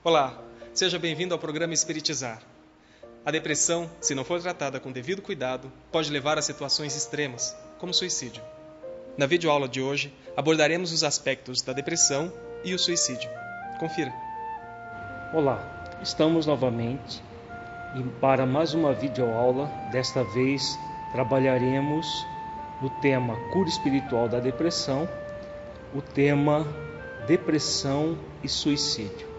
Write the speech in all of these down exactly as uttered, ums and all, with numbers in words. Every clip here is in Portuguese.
Olá, seja bem-vindo ao programa Espiritizar. A depressão, se não for tratada com devido cuidado, pode levar a situações extremas, como suicídio. Na videoaula de hoje, abordaremos os aspectos da depressão e o suicídio. Confira. Olá, estamos novamente e para mais uma videoaula. Desta vez trabalharemos no tema cura espiritual da depressão, o tema depressão e suicídio.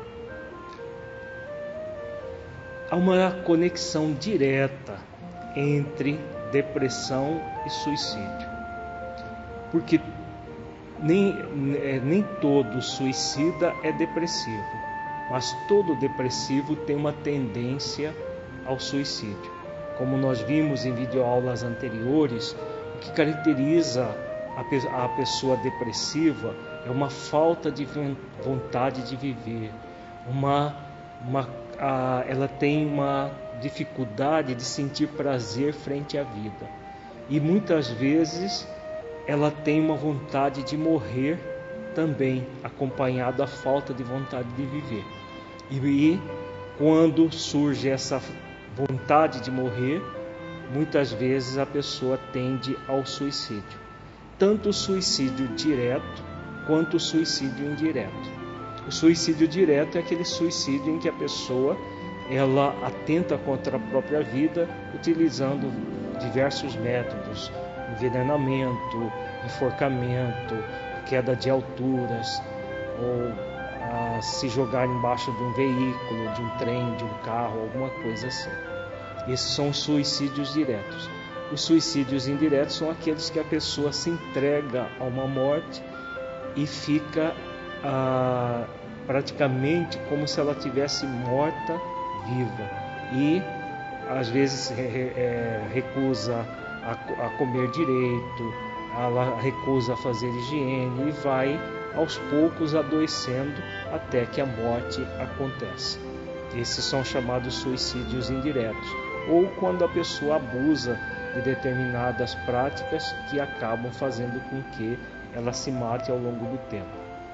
Há uma conexão direta entre depressão e suicídio, porque nem, nem todo suicida é depressivo, mas todo depressivo tem uma tendência ao suicídio. Como nós vimos em videoaulas anteriores, o que caracteriza a pessoa depressiva é uma falta de vontade de viver, uma, uma, a, ela tem uma dificuldade de sentir prazer frente à vida. E muitas vezes ela tem uma vontade de morrer também, acompanhada da falta de vontade de viver. E quando surge essa vontade de morrer, muitas vezes a pessoa tende ao suicídio. Tanto o suicídio direto quanto o suicídio indireto. O suicídio direto é aquele suicídio em que a pessoa ela atenta contra a própria vida utilizando diversos métodos: envenenamento, enforcamento, queda de alturas, ou a se jogar embaixo de um veículo, de um trem, de um carro, alguma coisa assim. Esses são os suicídios diretos. Os suicídios indiretos são aqueles que a pessoa se entrega a uma morte e fica ah, praticamente como se ela tivesse morta viva, e às vezes é, recusa a, a comer direito, ela recusa a fazer higiene e vai aos poucos adoecendo até que a morte acontece. Esses são chamados suicídios indiretos, ou quando a pessoa abusa de determinadas práticas que acabam fazendo com que ela se mate ao longo do tempo.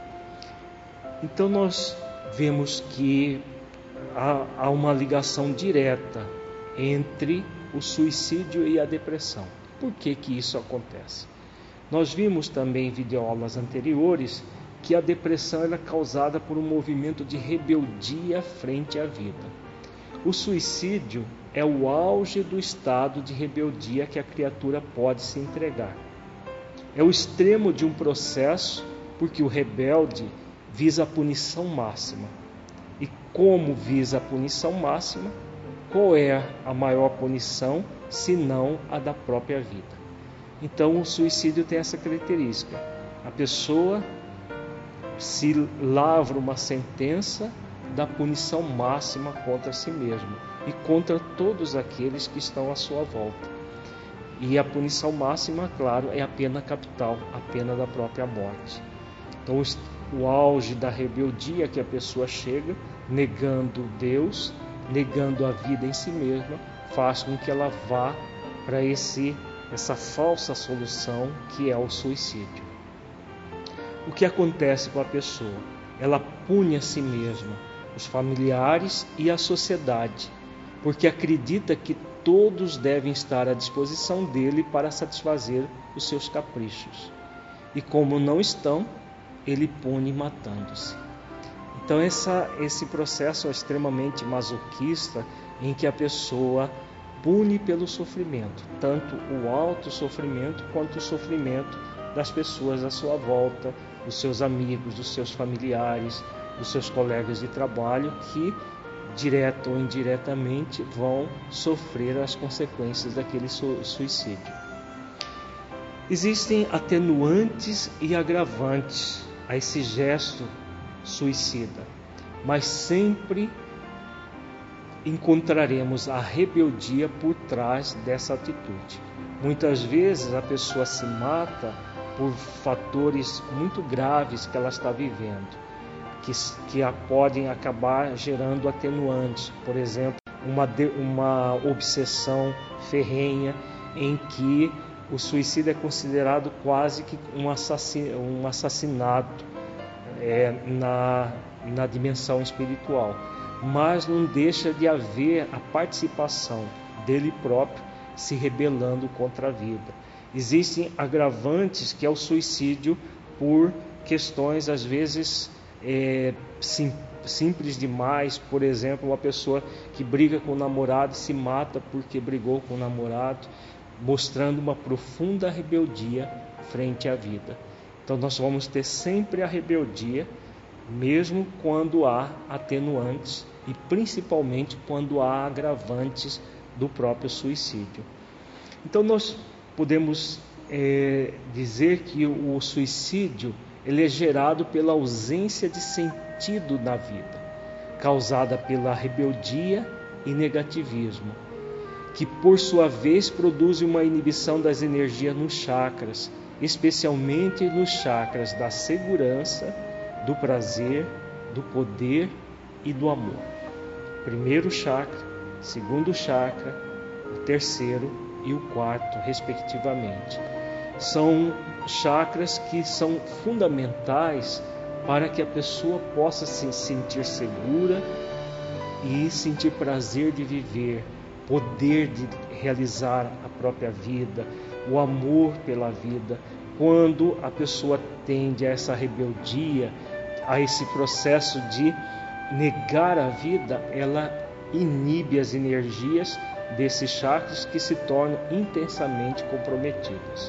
Então nós vemos que há, há uma ligação direta entre o suicídio e a depressão. Por que que isso acontece? Nós vimos também em videoaulas anteriores que a depressão é causada por um movimento de rebeldia frente à vida. O suicídio é o auge do estado de rebeldia que a criatura pode se entregar. É o extremo de um processo, porque o rebelde visa a punição máxima. E como visa a punição máxima, qual é a maior punição, senão a da própria vida? Então o suicídio tem essa característica: a pessoa se lavra uma sentença da punição máxima contra si mesmo e contra todos aqueles que estão à sua volta. E a punição máxima, claro, é a pena capital, a pena da própria morte. Então o auge da rebeldia que a pessoa chega, negando Deus, negando a vida em si mesma, faz com que ela vá para esse essa falsa solução que é o suicídio. O que acontece com a pessoa? Ela pune a si mesma, os familiares e a sociedade, porque acredita que todos devem estar à disposição dele para satisfazer os seus caprichos. E como não estão, ele pune matando-se. Então essa, esse processo é extremamente masoquista, em que a pessoa pune pelo sofrimento, tanto o alto sofrimento quanto o sofrimento das pessoas à sua volta, dos seus amigos, dos seus familiares, dos seus colegas de trabalho, que direta ou indiretamente vão sofrer as consequências daquele suicídio. Existem atenuantes e agravantes a esse gesto suicida, mas sempre encontraremos a rebeldia por trás dessa atitude. Muitas vezes a pessoa se mata por fatores muito graves que ela está vivendo, que, que a podem acabar gerando atenuantes. Por exemplo, uma, de, uma obsessão ferrenha em que o suicídio é considerado quase que um, assassin, um assassinato é, na, na dimensão espiritual, mas não deixa de haver a participação dele próprio se rebelando contra a vida. Existem agravantes que é o suicídio por questões às vezes é, sim, simples demais. Por exemplo, uma pessoa que briga com o namorado e se mata porque brigou com o namorado, mostrando uma profunda rebeldia frente à vida. Então nós vamos ter sempre a rebeldia, mesmo quando há atenuantes e principalmente quando há agravantes do próprio suicídio. Então nós podemos é, dizer que o suicídio ele é gerado pela ausência de sentido na vida, causada pela rebeldia e negativismo, que por sua vez produz uma inibição das energias nos chakras, especialmente nos chakras da segurança, do prazer, do poder e do amor. Primeiro chakra, segundo chakra, o terceiro e o quarto, respectivamente. São chakras que são fundamentais para que a pessoa possa se sentir segura e sentir prazer de viver, poder de realizar a própria vida, o amor pela vida. Quando a pessoa tende a essa rebeldia, a esse processo de negar a vida, ela inibe as energias desses chakras que se tornam intensamente comprometidas.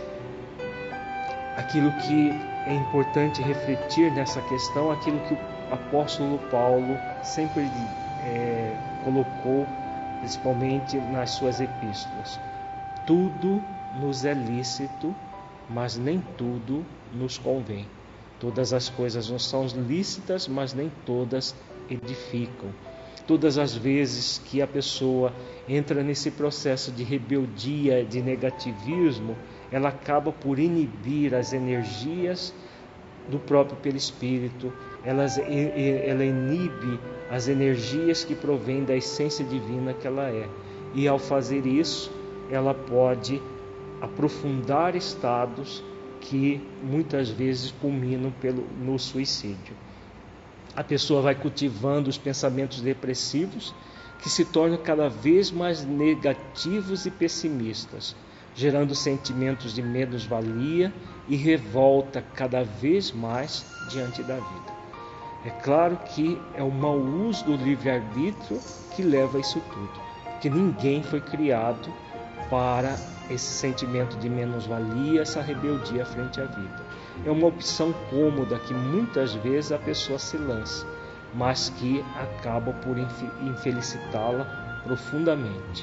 Aquilo que é importante refletir nessa questão, aquilo que o apóstolo Paulo sempre é, colocou, principalmente nas suas epístolas: tudo nos é lícito, mas nem tudo nos convém. Todas as coisas nos são lícitas, mas nem todas edificam. Todas as vezes que a pessoa entra nesse processo de rebeldia, de negativismo, ela acaba por inibir as energias do próprio perispírito, ela, ela inibe as energias que provêm da essência divina que ela é. E ao fazer isso, ela pode aprofundar estados que muitas vezes culminam pelo, no suicídio. A pessoa vai cultivando os pensamentos depressivos, que se tornam cada vez mais negativos e pessimistas, gerando sentimentos de menos-valia e revolta cada vez mais diante da vida. É claro que é o mau uso do livre-arbítrio que leva a isso tudo, porque ninguém foi criado para esse sentimento de menos-valia, essa rebeldia frente à vida. É uma opção cômoda que muitas vezes a pessoa se lança, mas que acaba por infelicitá-la profundamente.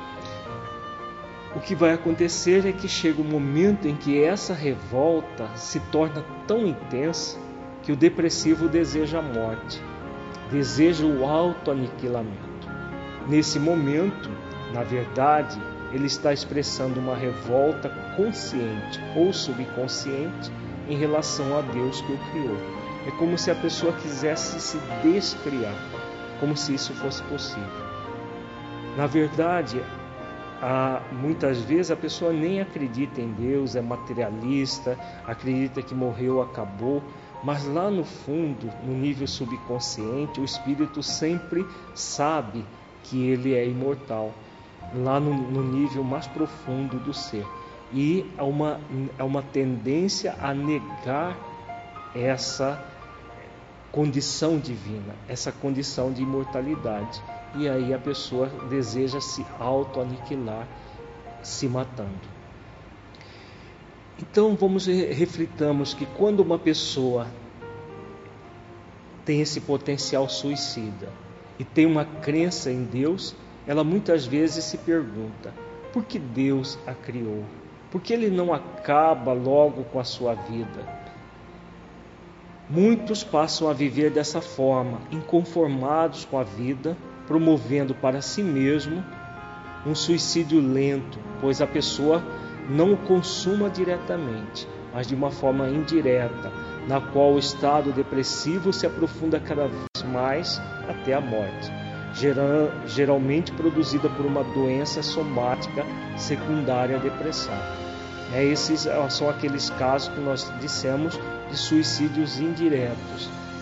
O que vai acontecer é que chega um momento em que essa revolta se torna tão intensa que o depressivo deseja a morte, deseja o autoaniquilamento. Nesse momento, na verdade, ele está expressando uma revolta consciente ou subconsciente em relação a Deus que o criou. É como se a pessoa quisesse se descriar, como se isso fosse possível. Na verdade, há, muitas vezes a pessoa nem acredita em Deus, é materialista, acredita que morreu, acabou, mas lá no fundo, no nível subconsciente, o espírito sempre sabe que ele é imortal, lá no, no nível mais profundo do ser. E há uma, há uma tendência a negar essa condição divina, essa condição de imortalidade. E aí a pessoa deseja se auto-aniquilar, se matando. Então vamos refletamos que quando uma pessoa tem esse potencial suicida e tem uma crença em Deus, ela muitas vezes se pergunta: por que Deus a criou? Por que Ele não acaba logo com a sua vida? Muitos passam a viver dessa forma, inconformados com a vida, promovendo para si mesmo um suicídio lento, pois a pessoa não o consuma diretamente, mas de uma forma indireta, na qual o estado depressivo se aprofunda cada vez mais até a morte, geralmente produzida por uma doença somática secundária à depressão. É, esses são aqueles casos que nós dissemos de suicídios indiretos,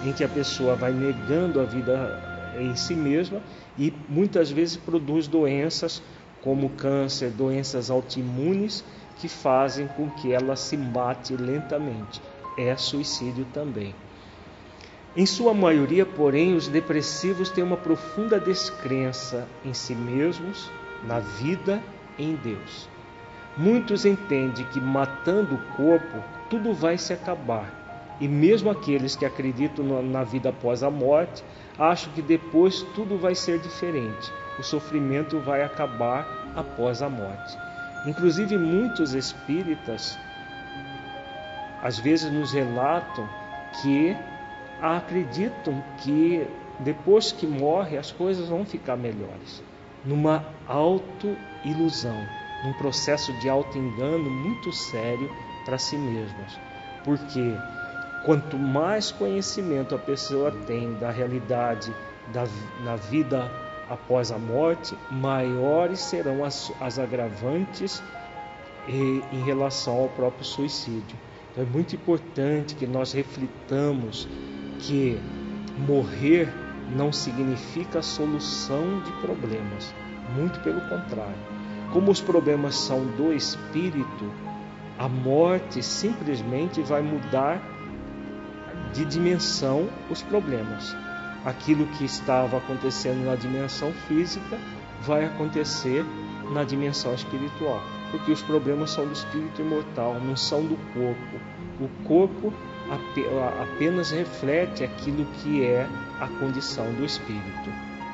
em que a pessoa vai negando a vida em si mesma e muitas vezes produz doenças como câncer, doenças autoimunes que fazem com que ela se mate lentamente. É suicídio também. Em sua maioria, porém, os depressivos têm uma profunda descrença em si mesmos, na vida e em Deus. Muitos entendem que matando o corpo, tudo vai se acabar. E mesmo aqueles que acreditam na vida após a morte, acham que depois tudo vai ser diferente. O sofrimento vai acabar após a morte. Inclusive, muitos espíritas, às vezes, nos relatam que acreditam que depois que morre, as coisas vão ficar melhores. Numa auto-ilusão, num processo de auto-engano muito sério para si mesmos. Porque quanto mais conhecimento a pessoa tem da realidade da na vida após a morte, maiores serão as, as agravantes e, em relação ao próprio suicídio. Então é muito importante que nós reflitamos que morrer não significa a solução de problemas, muito pelo contrário. Como os problemas são do espírito, a morte simplesmente vai mudar de dimensão os problemas. Aquilo que estava acontecendo na dimensão física vai acontecer na dimensão espiritual, porque os problemas são do espírito imortal, não são do corpo. O corpo apenas reflete aquilo que é a condição do espírito.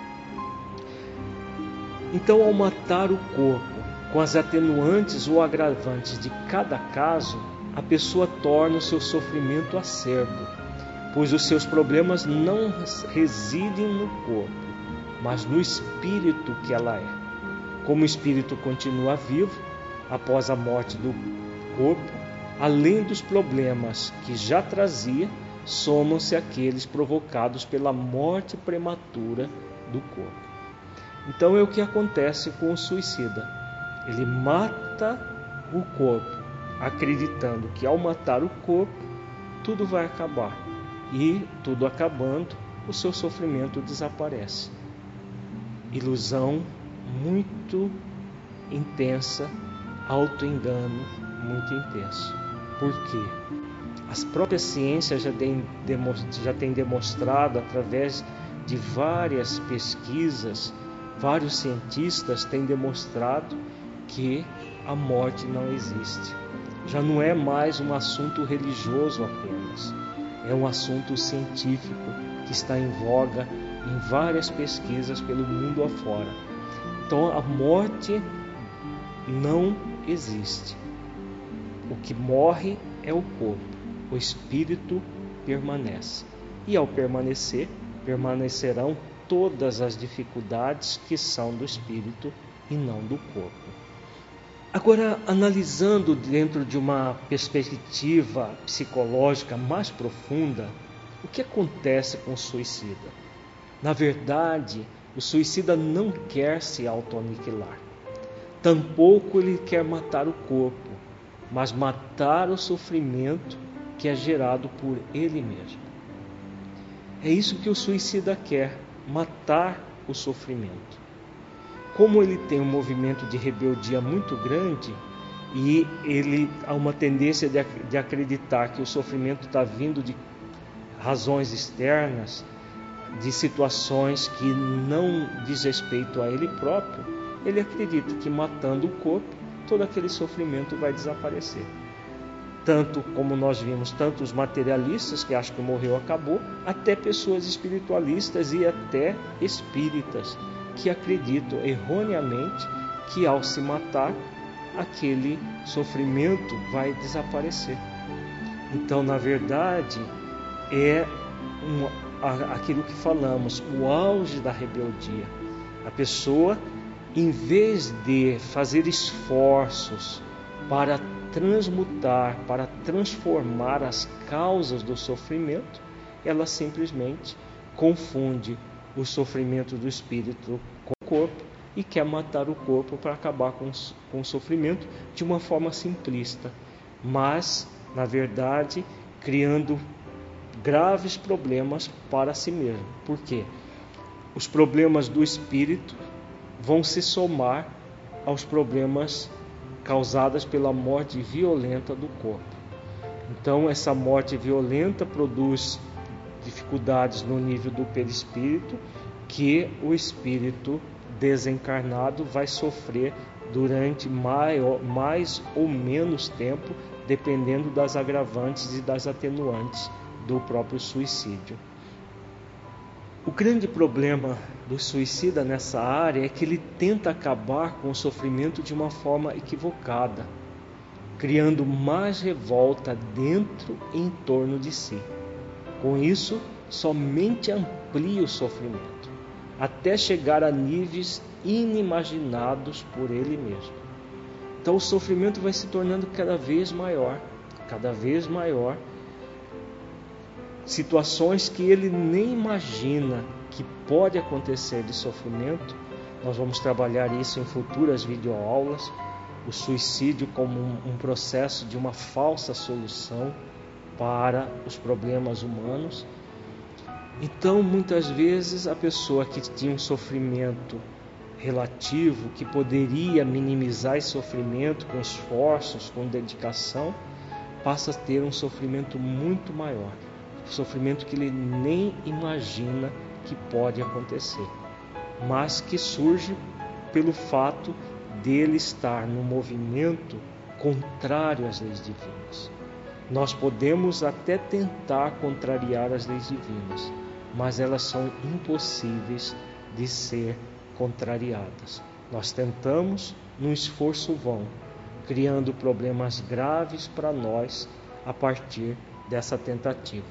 Então, ao matar o corpo com as atenuantes ou agravantes de cada caso, a pessoa torna o seu sofrimento acerbo, pois os seus problemas não residem no corpo, mas no espírito que ela é. Como o espírito continua vivo após a morte do corpo, além dos problemas que já trazia, somam-se aqueles provocados pela morte prematura do corpo. Então é o que acontece com o suicida. Ele mata o corpo, acreditando que ao matar o corpo, tudo vai acabar. E, tudo acabando, o seu sofrimento desaparece. Ilusão muito intensa, auto-engano muito intenso. Por quê? As próprias ciências já têm, já têm demonstrado, através de várias pesquisas, vários cientistas têm demonstrado que a morte não existe. Já não é mais um assunto religioso apenas, é um assunto científico que está em voga em várias pesquisas pelo mundo afora. Então a morte não existe. O que morre é o corpo, o espírito permanece. E ao permanecer, permanecerão todas as dificuldades que são do espírito e não do corpo. Agora, analisando dentro de uma perspectiva psicológica mais profunda, o que acontece com o suicida? Na verdade, o suicida não quer se autoaniquilar. Tampouco ele quer matar o corpo, mas matar o sofrimento que é gerado por ele mesmo. É isso que o suicida quer, matar o sofrimento. Como ele tem um movimento de rebeldia muito grande e ele há uma tendência de, de acreditar que o sofrimento está vindo de razões externas, de situações que não diz respeito a ele próprio, ele acredita que matando o corpo, todo aquele sofrimento vai desaparecer. Tanto como nós vimos, tanto os materialistas que acham que morreu acabou, até pessoas espiritualistas e até espíritas que acreditam erroneamente que ao se matar, aquele sofrimento vai desaparecer. Então, na verdade, é um, aquilo que falamos, o auge da rebeldia. A pessoa, em vez de fazer esforços para transmutar, para transformar as causas do sofrimento, ela simplesmente confunde o sofrimento do espírito com o corpo e quer matar o corpo para acabar com, com o sofrimento de uma forma simplista, mas, na verdade, criando graves problemas para si mesmo. Por quê? Os problemas do espírito vão se somar aos problemas causados pela morte violenta do corpo. Então, essa morte violenta produz dificuldades no nível do perispírito, que o espírito desencarnado vai sofrer durante maior, mais ou menos tempo, dependendo das agravantes e das atenuantes do próprio suicídio. O grande problema do suicida nessa área é que ele tenta acabar com o sofrimento de uma forma equivocada, criando mais revolta dentro e em torno de si. Com isso, somente amplia o sofrimento, até chegar a níveis inimaginados por ele mesmo. Então o sofrimento vai se tornando cada vez maior, cada vez maior. Situações que ele nem imagina que pode acontecer de sofrimento. Nós vamos trabalhar isso em futuras videoaulas. O suicídio como um, um processo de uma falsa solução para os problemas humanos. Então, muitas vezes, a pessoa que tinha um sofrimento relativo, que poderia minimizar esse sofrimento com esforços, com dedicação, passa a ter um sofrimento muito maior. Um sofrimento que ele nem imagina que pode acontecer, mas que surge pelo fato dele estar no movimento contrário às leis divinas. Nós podemos até tentar contrariar as leis divinas, mas elas são impossíveis de ser contrariadas. Nós tentamos num esforço vão, criando problemas graves para nós a partir dessa tentativa.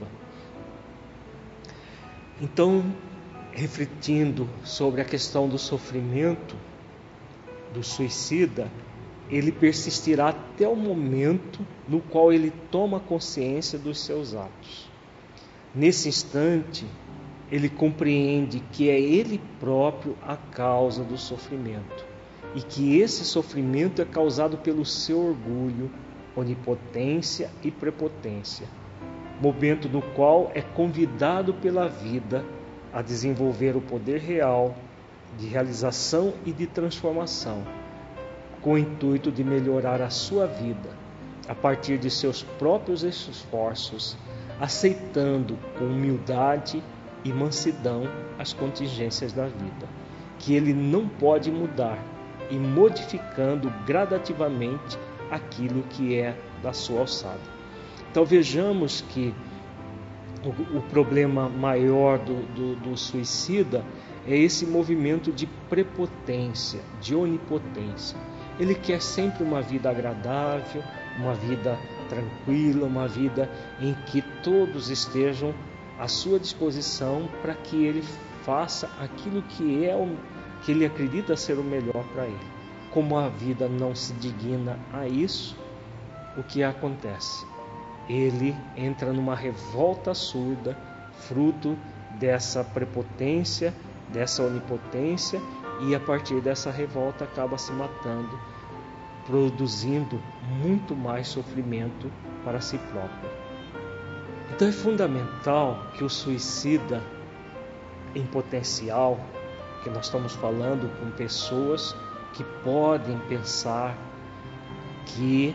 Então, refletindo sobre a questão do sofrimento do suicida, ele persistirá até o momento no qual ele toma consciência dos seus atos. Nesse instante, ele compreende que é ele próprio a causa do sofrimento e que esse sofrimento é causado pelo seu orgulho, onipotência e prepotência, momento no qual é convidado pela vida a desenvolver o poder real de realização e de transformação, com o intuito de melhorar a sua vida a partir de seus próprios esforços, aceitando com humildade e mansidão as contingências da vida, que ele não pode mudar, e modificando gradativamente aquilo que é da sua alçada. Então vejamos que o, o problema maior do, do, do suicida é esse movimento de prepotência, de onipotência. Ele quer sempre uma vida agradável, uma vida tranquila, uma vida em que todos estejam à sua disposição para que ele faça aquilo que é o, que ele acredita ser o melhor para ele. Como a vida não se digna a isso, o que acontece? Ele entra numa revolta surda, fruto dessa prepotência, dessa onipotência, e a partir dessa revolta acaba se matando, produzindo muito mais sofrimento para si próprio. Então é fundamental que o suicida em potencial, que nós estamos falando com pessoas que podem pensar que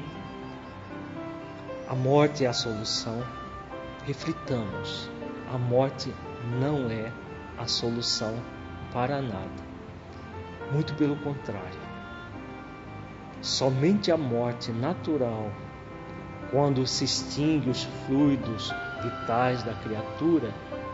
a morte é a solução, reflitamos, a morte não é a solução para nada. Muito pelo contrário. Somente a morte natural, quando se extingue os fluidos vitais da criatura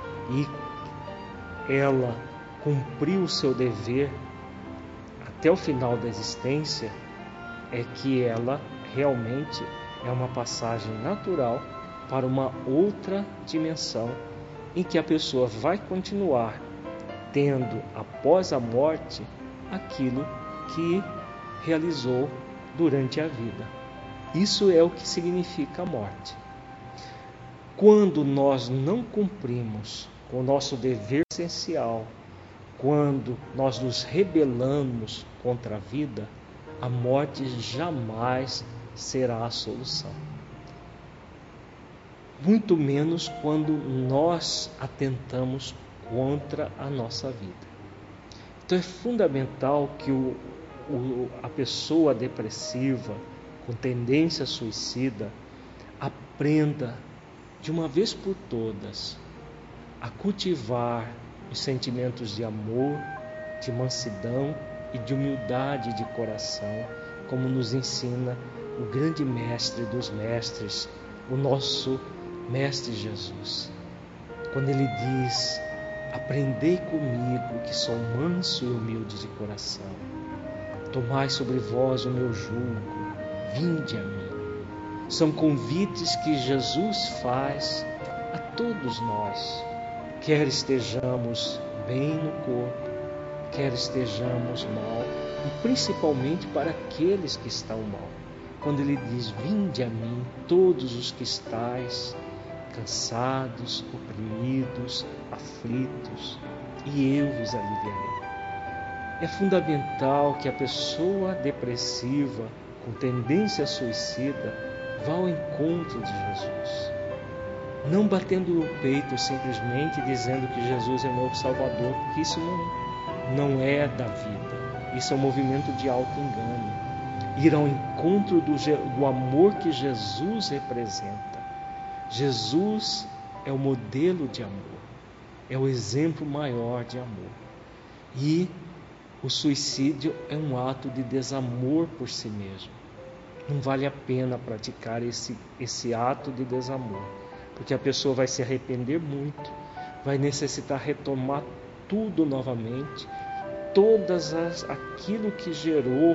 e ela cumpriu o seu dever até o final da existência, é que ela realmente é uma passagem natural para uma outra dimensão em que a pessoa vai continuar tendo após a morte aquilo que realizou durante a vida. Isso é o que significa a morte. Quando nós não cumprimos com o nosso dever essencial, quando nós nos rebelamos contra a vida, a morte jamais será a solução. muito menos quando nós atentamos contra a nossa vida. Então é fundamental que o, o, a pessoa depressiva, com tendência suicida, aprenda de uma vez por todas a cultivar os sentimentos de amor, de mansidão e de humildade de coração, como nos ensina o grande mestre dos mestres, o nosso Mestre Jesus. Quando ele diz: aprendei comigo, que sou manso e humilde de coração. Tomai sobre vós o meu jugo, vinde a mim. São convites que Jesus faz a todos nós, quer estejamos bem no corpo, quer estejamos mal, e principalmente para aqueles que estão mal. Quando ele diz: vinde a mim, todos os que estáis cansados, oprimidos, aflitos, e eu vos aliviarei. É fundamental que a pessoa depressiva, com tendência suicida, vá ao encontro de Jesus. Não batendo no peito, simplesmente dizendo que Jesus é meu Salvador, porque isso não, não é da vida. Isso é um movimento de auto-engano. Ir ao encontro do, do amor que Jesus representa. Jesus é o modelo de amor, é o exemplo maior de amor. E o suicídio é um ato de desamor por si mesmo. Não vale a pena praticar esse, esse ato de desamor, porque a pessoa vai se arrepender muito, vai necessitar retomar tudo novamente, todas as, aquilo que gerou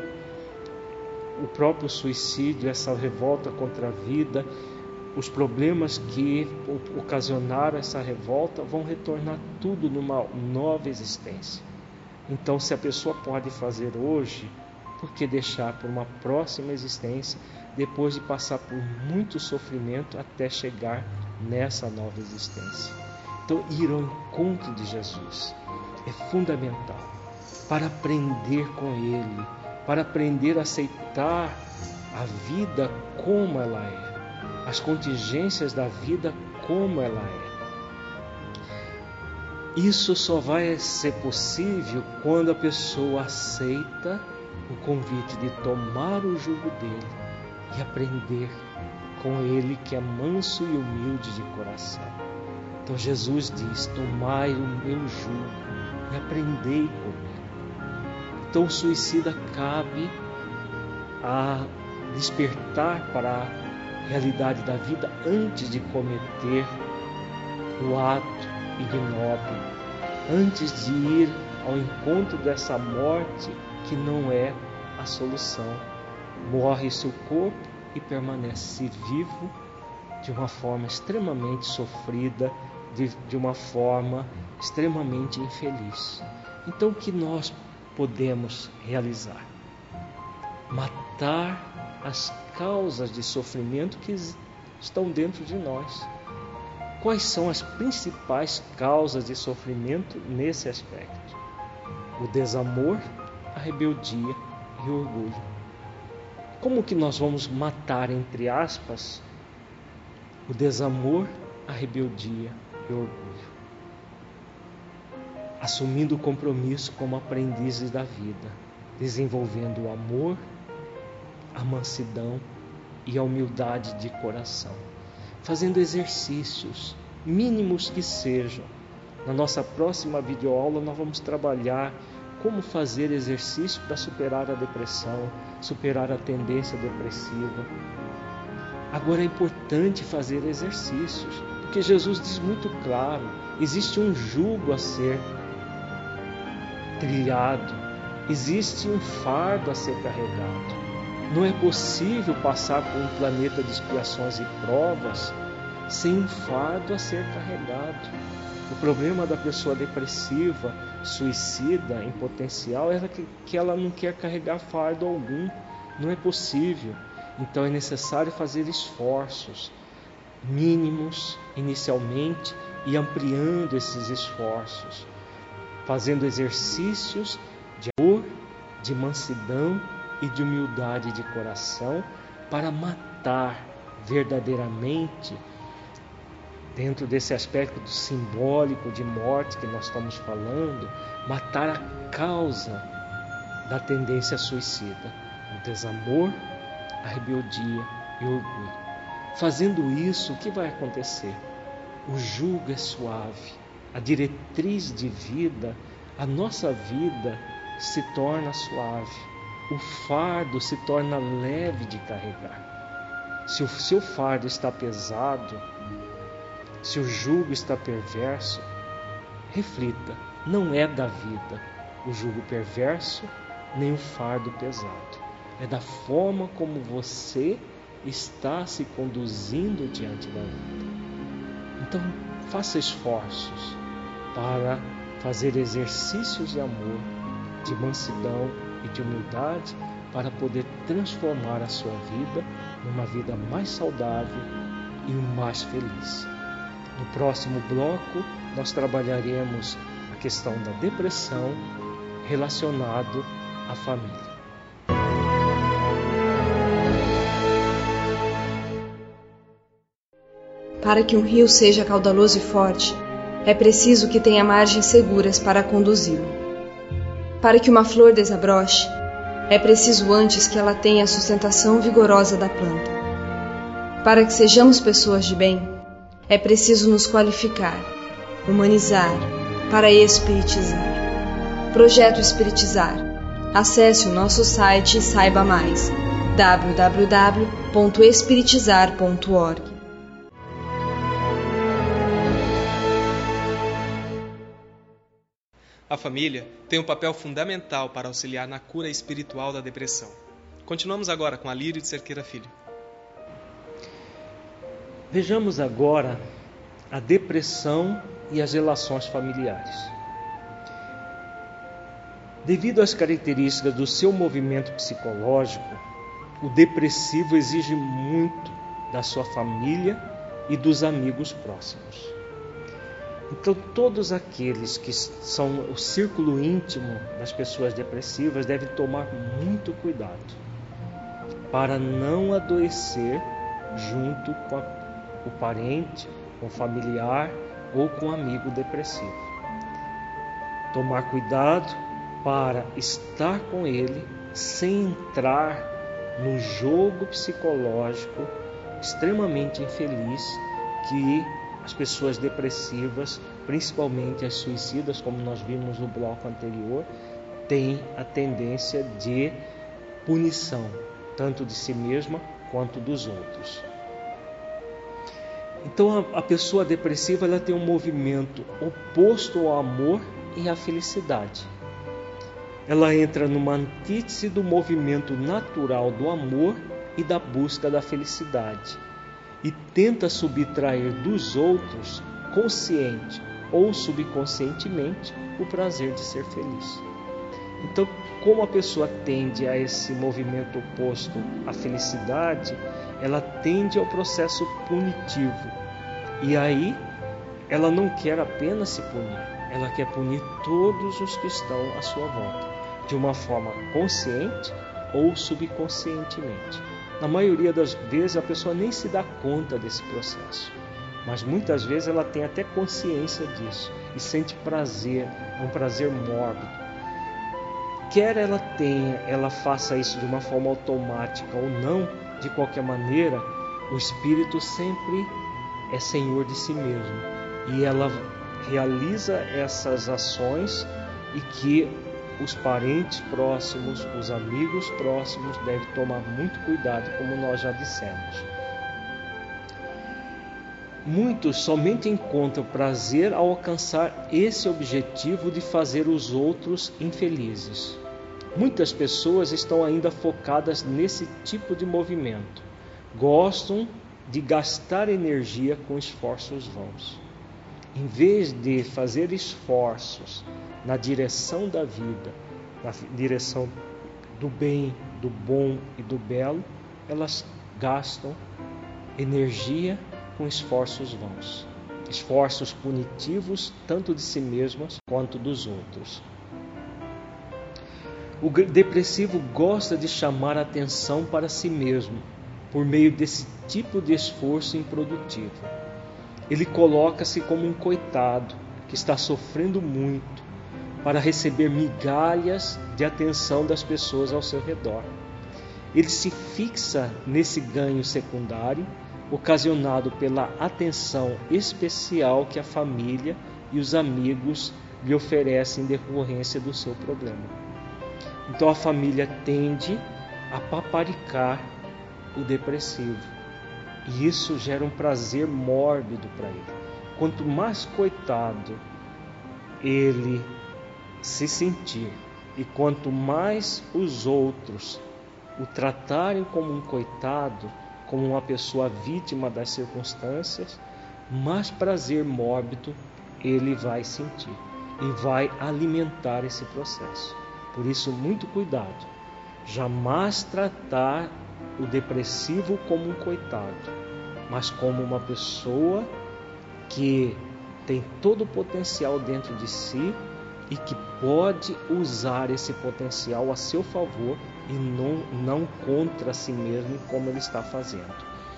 o próprio suicídio, essa revolta contra a vida, os problemas que ocasionaram essa revolta vão retornar tudo numa nova existência. Então, se a pessoa pode fazer hoje, por que deixar para uma próxima existência, depois de passar por muito sofrimento até chegar nessa nova existência? Então, ir ao encontro de Jesus é fundamental para aprender com Ele, para aprender a aceitar a vida como ela é, as contingências da vida como ela é. Isso só vai ser possível quando a pessoa aceita o convite de tomar o jugo dele e aprender com ele, que é manso e humilde de coração. Então Jesus diz: tomai o meu jugo e aprendei comigo. Então o suicida cabe a despertar para a realidade da vida antes de cometer o ato ignóbil, antes de ir ao encontro dessa morte que não é a solução. Morre-se o corpo e permanece vivo de uma forma extremamente sofrida, de, de uma forma extremamente infeliz. Então o que nós podemos realizar? Matar as causas de sofrimento que estão dentro de nós. Quais são as principais causas de sofrimento nesse aspecto? O desamor, a rebeldia e o orgulho. Como que nós vamos matar, entre aspas, o desamor, a rebeldia e o orgulho? Assumindo o compromisso como aprendizes da vida, desenvolvendo o amor, a mansidão e a humildade de coração, fazendo exercícios, mínimos que sejam. Na nossa próxima videoaula nós vamos trabalhar como fazer exercício para superar a depressão, superar a tendência depressiva. Agora é importante fazer exercícios, porque Jesus diz muito claro, existe um jugo a ser trilhado, existe um fardo a ser carregado. Não é possível passar por um planeta de expiações e provas sem um fardo a ser carregado. O problema da pessoa depressiva, suicida, em potencial, é que, que ela não quer carregar fardo algum. Não é possível. Então é necessário fazer esforços mínimos inicialmente e ampliando esses esforços, fazendo exercícios de amor, de mansidão e de humildade de coração, para matar verdadeiramente dentro desse aspecto simbólico de morte que nós estamos falando, matar a causa da tendência suicida, o desamor, a rebeldia e o orgulho. Fazendo isso, o que vai acontecer? O jugo é suave, a diretriz de vida, a nossa vida se torna suave, o fardo se torna leve de carregar. Se o seu fardo está pesado, se o jugo está perverso, reflita, não é da vida o jugo perverso, nem o fardo pesado. É da forma como você está se conduzindo diante da vida. Então, faça esforços para fazer exercícios de amor, de mansidão e de humildade para poder transformar a sua vida numa vida mais saudável e mais feliz. No próximo bloco, nós trabalharemos a questão da depressão relacionado à família. Para que um rio seja caudaloso e forte, é preciso que tenha margens seguras para conduzi-lo. Para que uma flor desabroche, é preciso antes que ela tenha a sustentação vigorosa da planta. Para que sejamos pessoas de bem, é preciso nos qualificar, humanizar, para espiritizar. Projeto Espiritizar. Acesse o nosso site e saiba mais. w w w ponto espiritizar ponto org. A família tem um papel fundamental para auxiliar na cura espiritual da depressão. Continuamos agora com Alírio de Cerqueira Filho. Vejamos agora a depressão e as relações familiares. Devido às características do seu movimento psicológico, o depressivo exige muito da sua família e dos amigos próximos. Então, todos aqueles que são o círculo íntimo das pessoas depressivas devem tomar muito cuidado para não adoecer junto com a, o parente, com o familiar ou com o amigo depressivo. Tomar cuidado para estar com ele sem entrar no jogo psicológico extremamente infeliz que as pessoas depressivas, principalmente as suicidas, como nós vimos no bloco anterior, têm a tendência de punição, tanto de si mesma quanto dos outros. Então a, a pessoa depressiva ela tem um movimento oposto ao amor e à felicidade. Ela entra numa antítese do movimento natural do amor e da busca da felicidade e tenta subtrair dos outros, consciente ou subconscientemente, o prazer de ser feliz. Então, como a pessoa tende a esse movimento oposto à felicidade, ela tende ao processo punitivo. E aí, ela não quer apenas se punir, ela quer punir todos os que estão à sua volta, de uma forma consciente ou subconscientemente. Na maioria das vezes a pessoa nem se dá conta desse processo, mas muitas vezes ela tem até consciência disso e sente prazer, um prazer mórbido. Quer ela tenha, ela faça isso de uma forma automática ou não, de qualquer maneira, o espírito sempre é senhor de si mesmo e ela realiza essas ações e que os parentes próximos, os amigos próximos devem tomar muito cuidado, como nós já dissemos. Muitos somente encontram prazer ao alcançar esse objetivo de fazer os outros infelizes. Muitas pessoas estão ainda focadas nesse tipo de movimento. Gostam de gastar energia com esforços vãos. Em vez de fazer esforços na direção da vida, na direção do bem, do bom e do belo, elas gastam energia com esforços vãos, esforços punitivos tanto de si mesmas quanto dos outros. O depressivo gosta de chamar a atenção para si mesmo por meio desse tipo de esforço improdutivo. ele coloca-se como um coitado que está sofrendo muito para receber migalhas de atenção das pessoas ao seu redor. Ele se fixa nesse ganho secundário, ocasionado pela atenção especial que a família e os amigos lhe oferecem em decorrência do seu problema. Então a família tende a paparicar o depressivo, e isso gera um prazer mórbido para ele. Quanto mais coitado ele se sentir, e quanto mais os outros o tratarem como um coitado, como uma pessoa vítima das circunstâncias, mais prazer mórbido ele vai sentir e vai alimentar esse processo. Por isso, muito cuidado. Jamais tratar o depressivo como um coitado, mas como uma pessoa que tem todo o potencial dentro de si e que pode usar esse potencial a seu favor e não, não contra si mesmo, como ele está fazendo.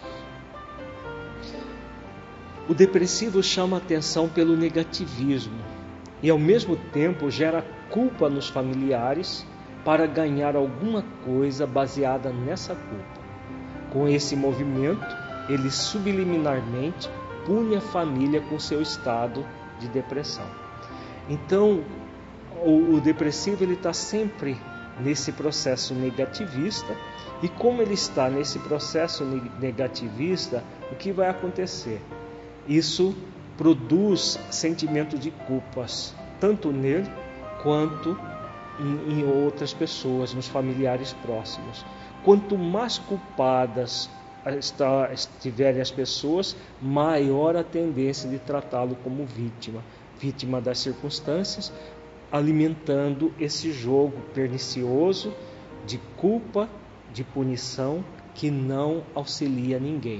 O depressivo chama atenção pelo negativismo e ao mesmo tempo gera culpa nos familiares para ganhar alguma coisa baseada nessa culpa. Com esse movimento, ele subliminarmente pune a família com seu estado de depressão. Então, o, o depressivo ele está sempre nesse processo negativista, e como ele está nesse processo negativista, o que vai acontecer? Isso produz sentimento de culpas, tanto nele quanto em, em outras pessoas, nos familiares próximos. Quanto mais culpadas está, estiverem as pessoas, maior a tendência de tratá-lo como vítima, vítima das circunstâncias, alimentando esse jogo pernicioso de culpa, de punição, que não auxilia ninguém.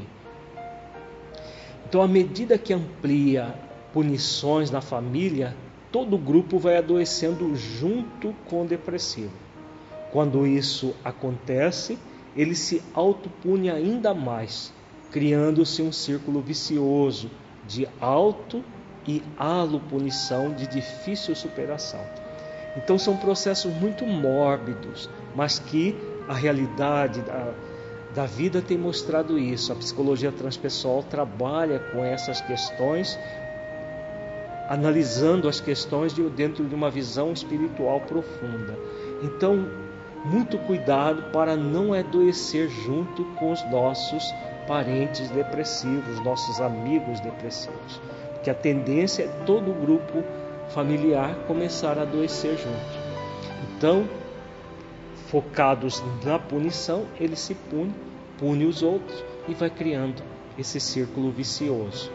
Então, à medida que amplia punições na família, todo o grupo vai adoecendo junto com o depressivo. Quando isso acontece, ele se autopune ainda mais, criando-se um círculo vicioso de auto e alopunição de difícil superação. Então são processos muito mórbidos, mas que a realidade da, da vida tem mostrado isso. A psicologia transpessoal trabalha com essas questões, analisando as questões de, dentro de uma visão espiritual profunda. Então, muito cuidado para não adoecer junto com os nossos parentes depressivos, nossos amigos depressivos. Que a tendência é todo o grupo familiar começar a adoecer junto. Então, focados na punição, ele se pune, pune os outros e vai criando esse círculo vicioso.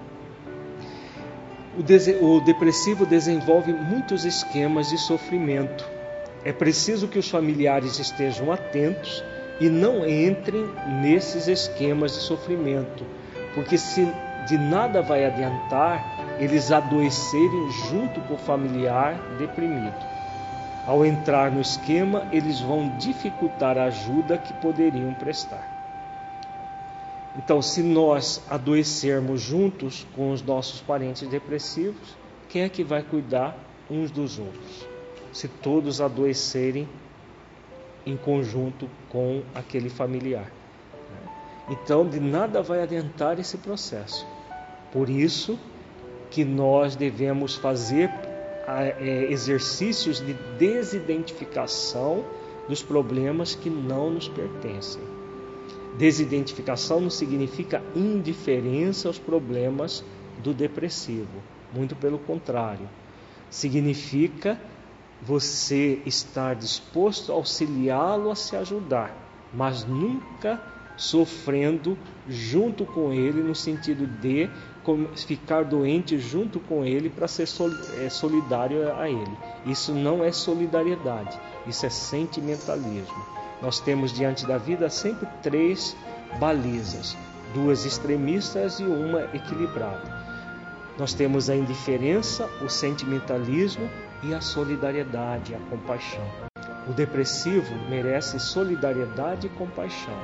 O, de- o depressivo desenvolve muitos esquemas de sofrimento. É preciso que os familiares estejam atentos e não entrem nesses esquemas de sofrimento, porque se de nada vai adiantar eles adoecerem junto com o familiar deprimido. Ao entrar no esquema, eles vão dificultar a ajuda que poderiam prestar. Então, se nós adoecermos juntos com os nossos parentes depressivos, quem é que vai cuidar uns dos outros? Se todos adoecerem em conjunto com aquele familiar. Então, de nada vai adiantar esse processo. Por isso que nós devemos fazer é, exercícios de desidentificação dos problemas que não nos pertencem. Desidentificação não significa indiferença aos problemas do depressivo. Muito pelo contrário. Significa você estar disposto a auxiliá-lo a se ajudar, mas nunca sofrendo junto com ele, no sentido de ficar doente junto com ele para ser solidário a ele. Isso não é solidariedade, isso é sentimentalismo. Nós temos diante da vida sempre três balizas, duas extremistas e uma equilibrada. Nós temos a indiferença, o sentimentalismo e a solidariedade, a compaixão. O depressivo merece solidariedade e compaixão.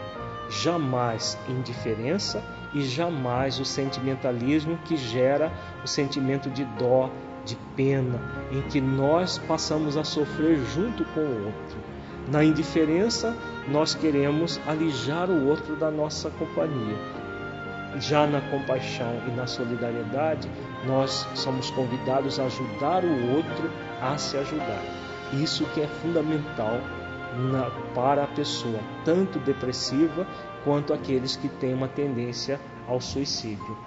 jamais indiferença e jamais o sentimentalismo que gera o sentimento de dó, de pena, em que nós passamos a sofrer junto com o outro. Na indiferença, nós queremos alijar o outro da nossa companhia. Já na compaixão e na solidariedade, nós somos convidados a ajudar o outro a se ajudar. Isso que é fundamental na, para a pessoa, tanto depressiva quanto aqueles que têm uma tendência ao suicídio.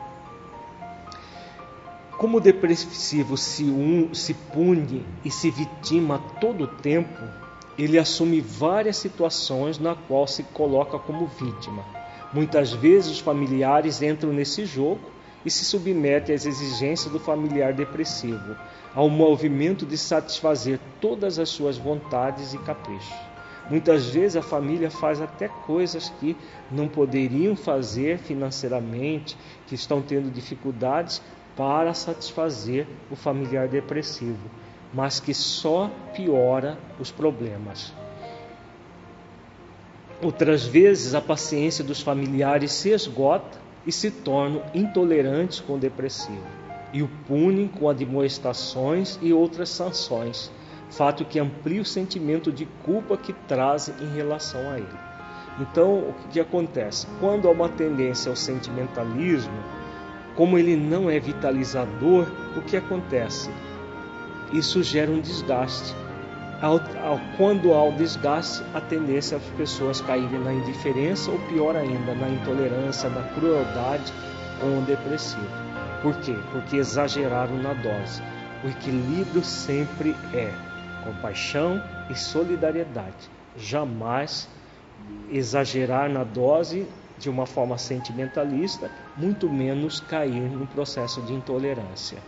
Como o depressivo se, un, se pune e se vitima todo o tempo, ele assume várias situações na qual se coloca como vítima. Muitas vezes os familiares entram nesse jogo e se submetem às exigências do familiar depressivo, ao movimento de satisfazer todas as suas vontades e caprichos. Muitas vezes a família faz até coisas que não poderiam fazer financeiramente, que estão tendo dificuldades para satisfazer o familiar depressivo, mas que só piora os problemas. Outras vezes a paciência dos familiares se esgota e se tornam intolerantes com o depressivo e o punem com admoestações e outras sanções, fato que amplia o sentimento de culpa que trazem em relação a ele. Então, o que acontece? Quando há uma tendência ao sentimentalismo, como ele não é vitalizador, o que acontece? Isso gera um desgaste. Ao, ao, quando há o desgaste, a tendência é as pessoas caírem na indiferença ou, pior ainda, na intolerância, na crueldade com o depressivo. Por quê? Porque exageraram na dose. O equilíbrio sempre é compaixão e solidariedade. Jamais exagerar na dose de uma forma sentimentalista, muito menos cair no processo de intolerância.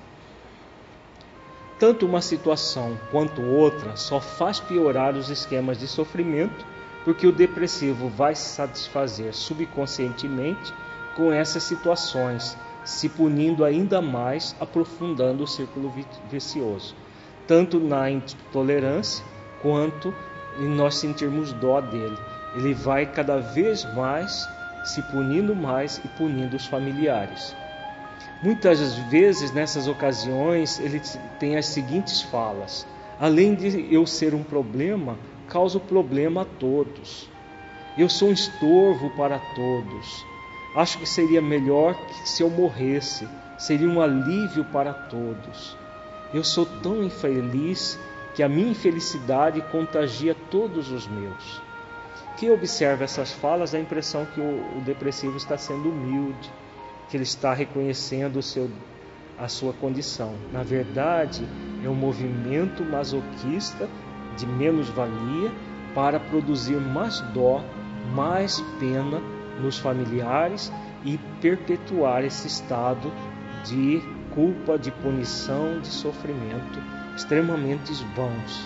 Tanto uma situação quanto outra só faz piorar os esquemas de sofrimento, porque o depressivo vai se satisfazer subconscientemente com essas situações, se punindo ainda mais, aprofundando o círculo vicioso, tanto na intolerância quanto em nós sentirmos dó dele. Ele vai cada vez mais se punindo mais e punindo os familiares. Muitas vezes, nessas ocasiões, ele tem as seguintes falas: além de eu ser um problema, causo problema a todos. Eu sou um estorvo para todos. Acho que seria melhor que se eu morresse, seria um alívio para todos. Eu sou tão infeliz que a minha infelicidade contagia todos os meus. Quem observa essas falas dá a impressão que o, o depressivo está sendo humilde, que ele está reconhecendo o seu, a sua condição. Na verdade, é um movimento masoquista de menos-valia para produzir mais dó, mais pena nos familiares e perpetuar esse estado de culpa, de punição, de sofrimento extremamente vãos.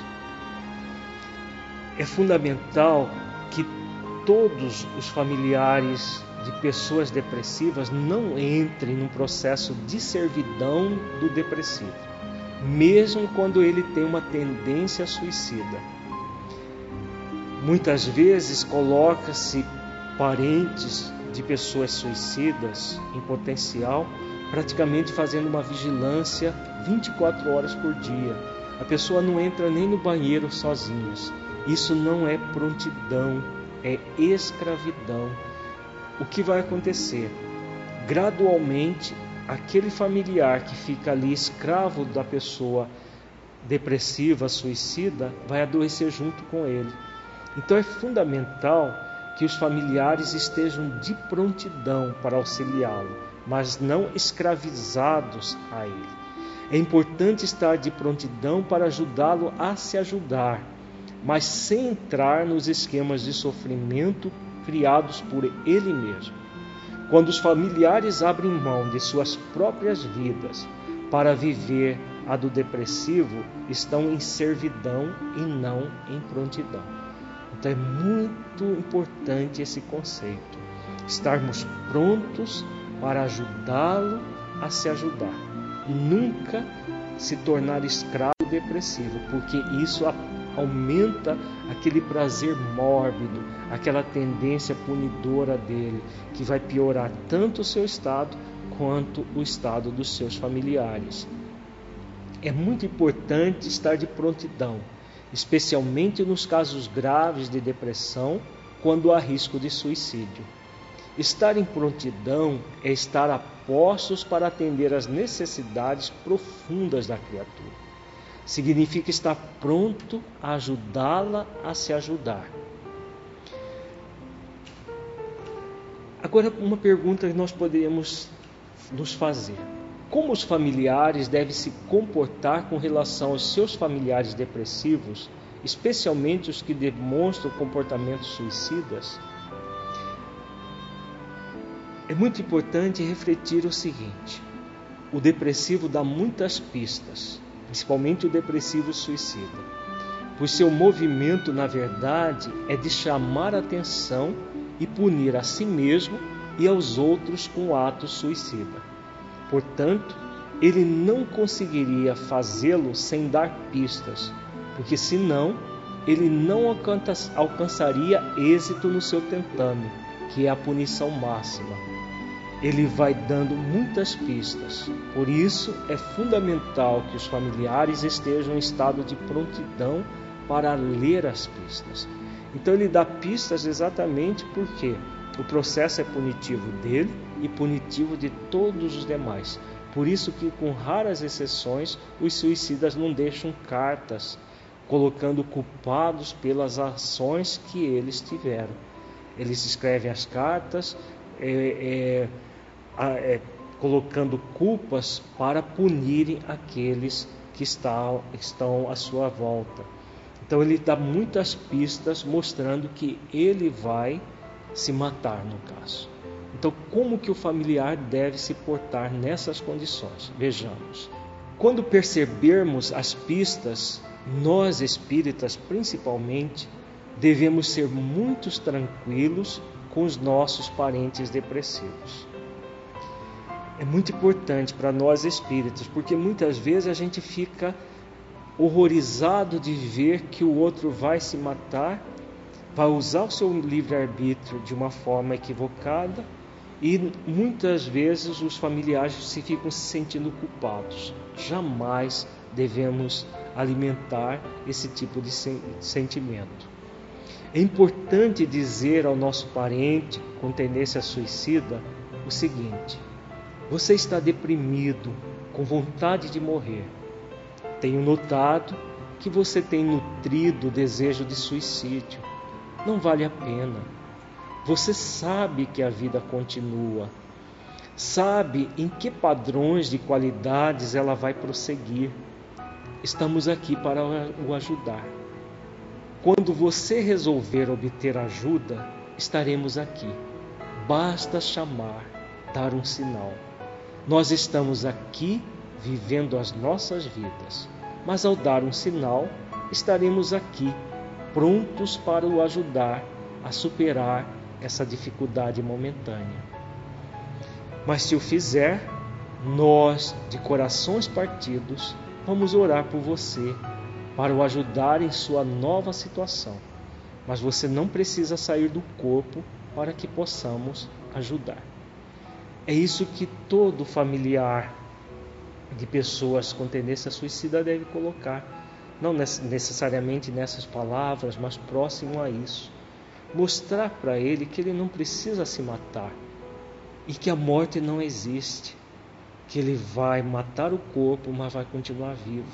É fundamental que todos os familiares de pessoas depressivas não entrem num processo de servidão do depressivo, mesmo quando ele tem uma tendência suicida. Muitas vezes coloca-se parentes de pessoas suicidas em potencial, praticamente fazendo uma vigilância vinte e quatro horas por dia. A pessoa não entra nem no banheiro sozinhas. Isso não é prontidão, é escravidão. O que vai acontecer? Gradualmente, aquele familiar que fica ali escravo da pessoa depressiva, suicida, vai adoecer junto com ele. Então é fundamental que os familiares estejam de prontidão para auxiliá-lo, mas não escravizados a ele. É importante estar de prontidão para ajudá-lo a se ajudar, mas sem entrar nos esquemas de sofrimento criados por ele mesmo. Quando os familiares abrem mão de suas próprias vidas para viver a do depressivo, estão em servidão e não em prontidão. Então é muito importante esse conceito, estarmos prontos para ajudá-lo a se ajudar. Nunca se tornar escravo depressivo, porque isso aumenta aquele prazer mórbido, aquela tendência punidora dele, que vai piorar tanto o seu estado quanto o estado dos seus familiares. É muito importante estar de prontidão, especialmente nos casos graves de depressão, quando há risco de suicídio. Estar em prontidão é estar a postos para atender às necessidades profundas da criatura. Significa estar pronto a ajudá-la a se ajudar. Agora, uma pergunta que nós poderíamos nos fazer: como os familiares devem se comportar com relação aos seus familiares depressivos, especialmente os que demonstram comportamentos suicidas? É muito importante refletir o seguinte: o depressivo dá muitas pistas, principalmente o depressivo suicida, pois seu movimento, na verdade, é de chamar a atenção e punir a si mesmo e aos outros com o ato suicida. Portanto, ele não conseguiria fazê-lo sem dar pistas, porque senão ele não alcançaria êxito no seu tentame, que é a punição máxima. Ele vai dando muitas pistas. Por isso, é fundamental que os familiares estejam em estado de prontidão para ler as pistas. Então, ele dá pistas exatamente porque o processo é punitivo dele e punitivo de todos os demais. Por isso que, com raras exceções, os suicidas não deixam cartas colocando culpados pelas ações que eles tiveram. Eles escrevem as cartas é, é, é, colocando culpas para punirem aqueles que estão, estão à sua volta. Então ele dá muitas pistas mostrando que ele vai se matar no caso. Então, como que o familiar deve se portar nessas condições? Vejamos. Quando percebermos as pistas, nós espíritas principalmente devemos ser muito tranquilos com os nossos parentes depressivos. É muito importante para nós espíritas, porque muitas vezes a gente fica horrorizado de ver que o outro vai se matar, vai usar o seu livre-arbítrio de uma forma equivocada, e muitas vezes os familiares se ficam se sentindo culpados. Jamais devemos alimentar esse tipo de sentimento. É importante dizer ao nosso parente com tendência suicida o seguinte: você está deprimido, com vontade de morrer. Tenho notado que você tem nutrido o desejo de suicídio. Não vale a pena. Você sabe que a vida continua. Sabe em que padrões de qualidades ela vai prosseguir. Estamos aqui para o ajudar. Quando você resolver obter ajuda, estaremos aqui. Basta chamar, dar um sinal. Nós estamos aqui vivendo as nossas vidas, mas ao dar um sinal, estaremos aqui, prontos para o ajudar a superar essa dificuldade momentânea. Mas se o fizer, nós, de corações partidos, vamos orar por você, para o ajudar em sua nova situação. Mas você não precisa sair do corpo para que possamos ajudar. É isso que todo familiar de pessoas com tendência suicida deve colocar. Não necessariamente nessas palavras, mas próximo a isso. Mostrar para ele que ele não precisa se matar e que a morte não existe. Que ele vai matar o corpo, mas vai continuar vivo.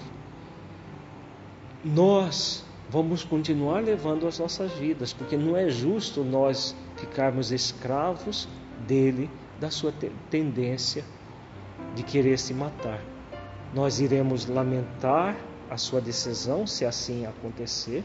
Nós vamos continuar levando as nossas vidas, porque não é justo nós ficarmos escravos dele, da sua tendência de querer se matar. Nós iremos lamentar a sua decisão, se assim acontecer.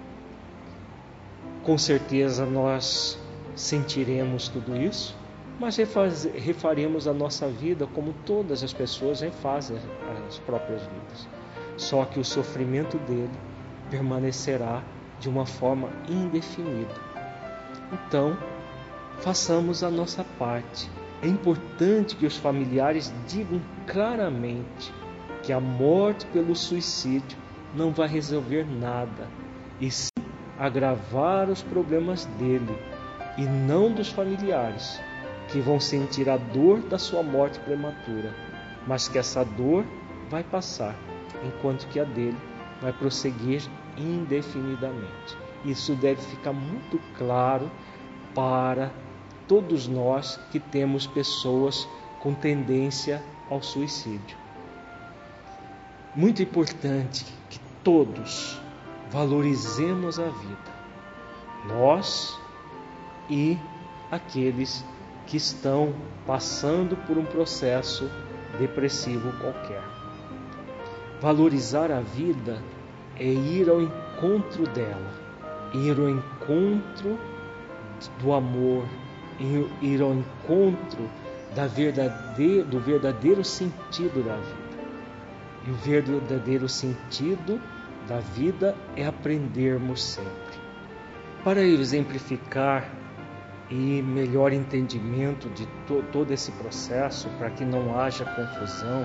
Com certeza nós sentiremos tudo isso, mas refaz, refaremos a nossa vida como todas as pessoas refazem as próprias vidas. Só que o sofrimento dele permanecerá de uma forma indefinida. Então, façamos a nossa parte. É importante que os familiares digam claramente que a morte pelo suicídio não vai resolver nada, e sim agravar os problemas dele e não dos familiares, que vão sentir a dor da sua morte prematura, mas que essa dor vai passar, enquanto que a dele vai prosseguir indefinidamente. Isso deve ficar muito claro para todos nós que temos pessoas com tendência ao suicídio. Muito importante que todos valorizemos a vida, nós e aqueles que estão passando por um processo depressivo qualquer. Valorizar a vida é ir ao encontro dela, ir ao encontro do amor, ir ao encontro da verdadeira, do verdadeiro sentido da vida. E o verdadeiro sentido da vida é aprendermos sempre. Para exemplificar e melhor entendimento de to- todo esse processo, para que não haja confusão,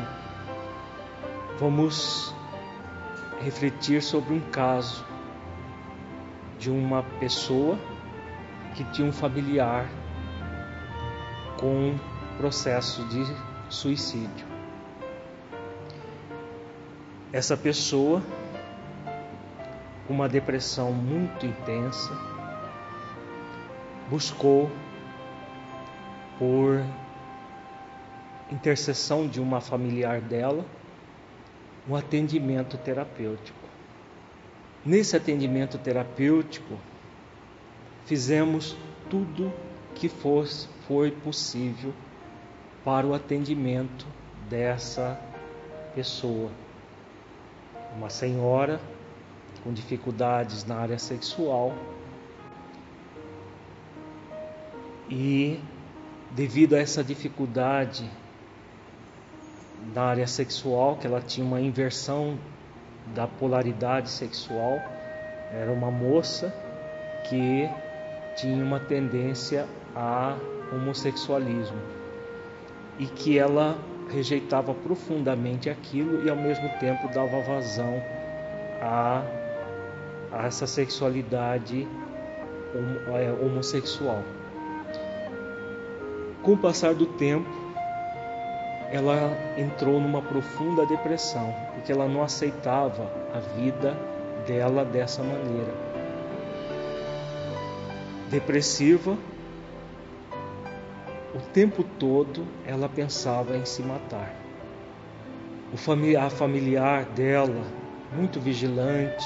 vamos refletir sobre um caso de uma pessoa que tinha um familiar com processo de suicídio. Essa pessoa, com uma depressão muito intensa, buscou, por intercessão de uma familiar dela, um atendimento terapêutico. Nesse atendimento terapêutico, fizemos tudo que fosse, foi possível para o atendimento dessa pessoa. Uma senhora com dificuldades na área sexual, e devido a essa dificuldade na área sexual, que ela tinha uma inversão da polaridade sexual, era uma moça que tinha uma tendência a homossexualismo e que ela rejeitava profundamente aquilo e ao mesmo tempo dava vazão a, a essa sexualidade homossexual. Com o passar do tempo, ela entrou numa profunda depressão, porque ela não aceitava a vida dela dessa maneira. Depressiva, o tempo todo ela pensava em se matar. O familiar, a familiar dela, muito vigilante,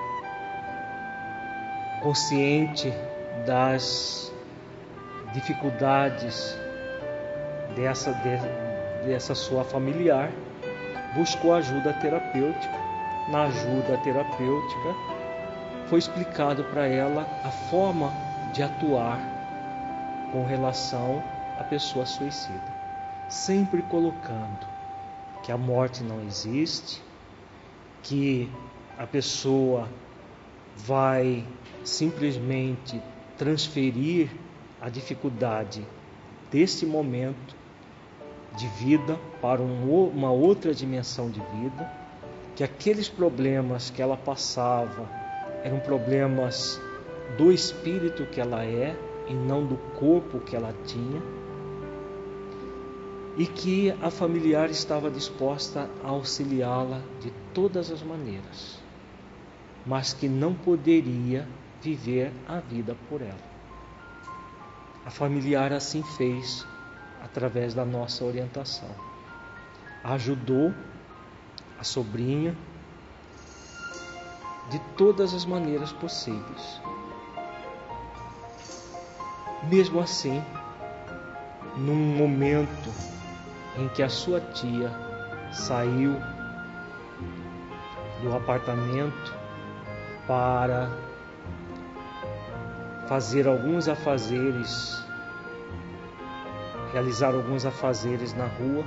consciente das dificuldades dessa, de, dessa sua familiar, buscou ajuda terapêutica. Na ajuda terapêutica foi explicado para ela a forma de atuar com relação à pessoa suicida, sempre colocando que a morte não existe, que a pessoa vai simplesmente transferir a dificuldade desse momento de vida para um, uma outra dimensão de vida, que aqueles problemas que ela passava eram problemas do espírito que ela é e não do corpo que ela tinha, e que a familiar estava disposta a auxiliá-la de todas as maneiras, mas que não poderia viver a vida por ela. A familiar assim fez através da nossa orientação. Ajudou a sobrinha de todas as maneiras possíveis. Mesmo assim, num momento em que a sua tia saiu do apartamento para fazer alguns afazeres, realizar alguns afazeres na rua,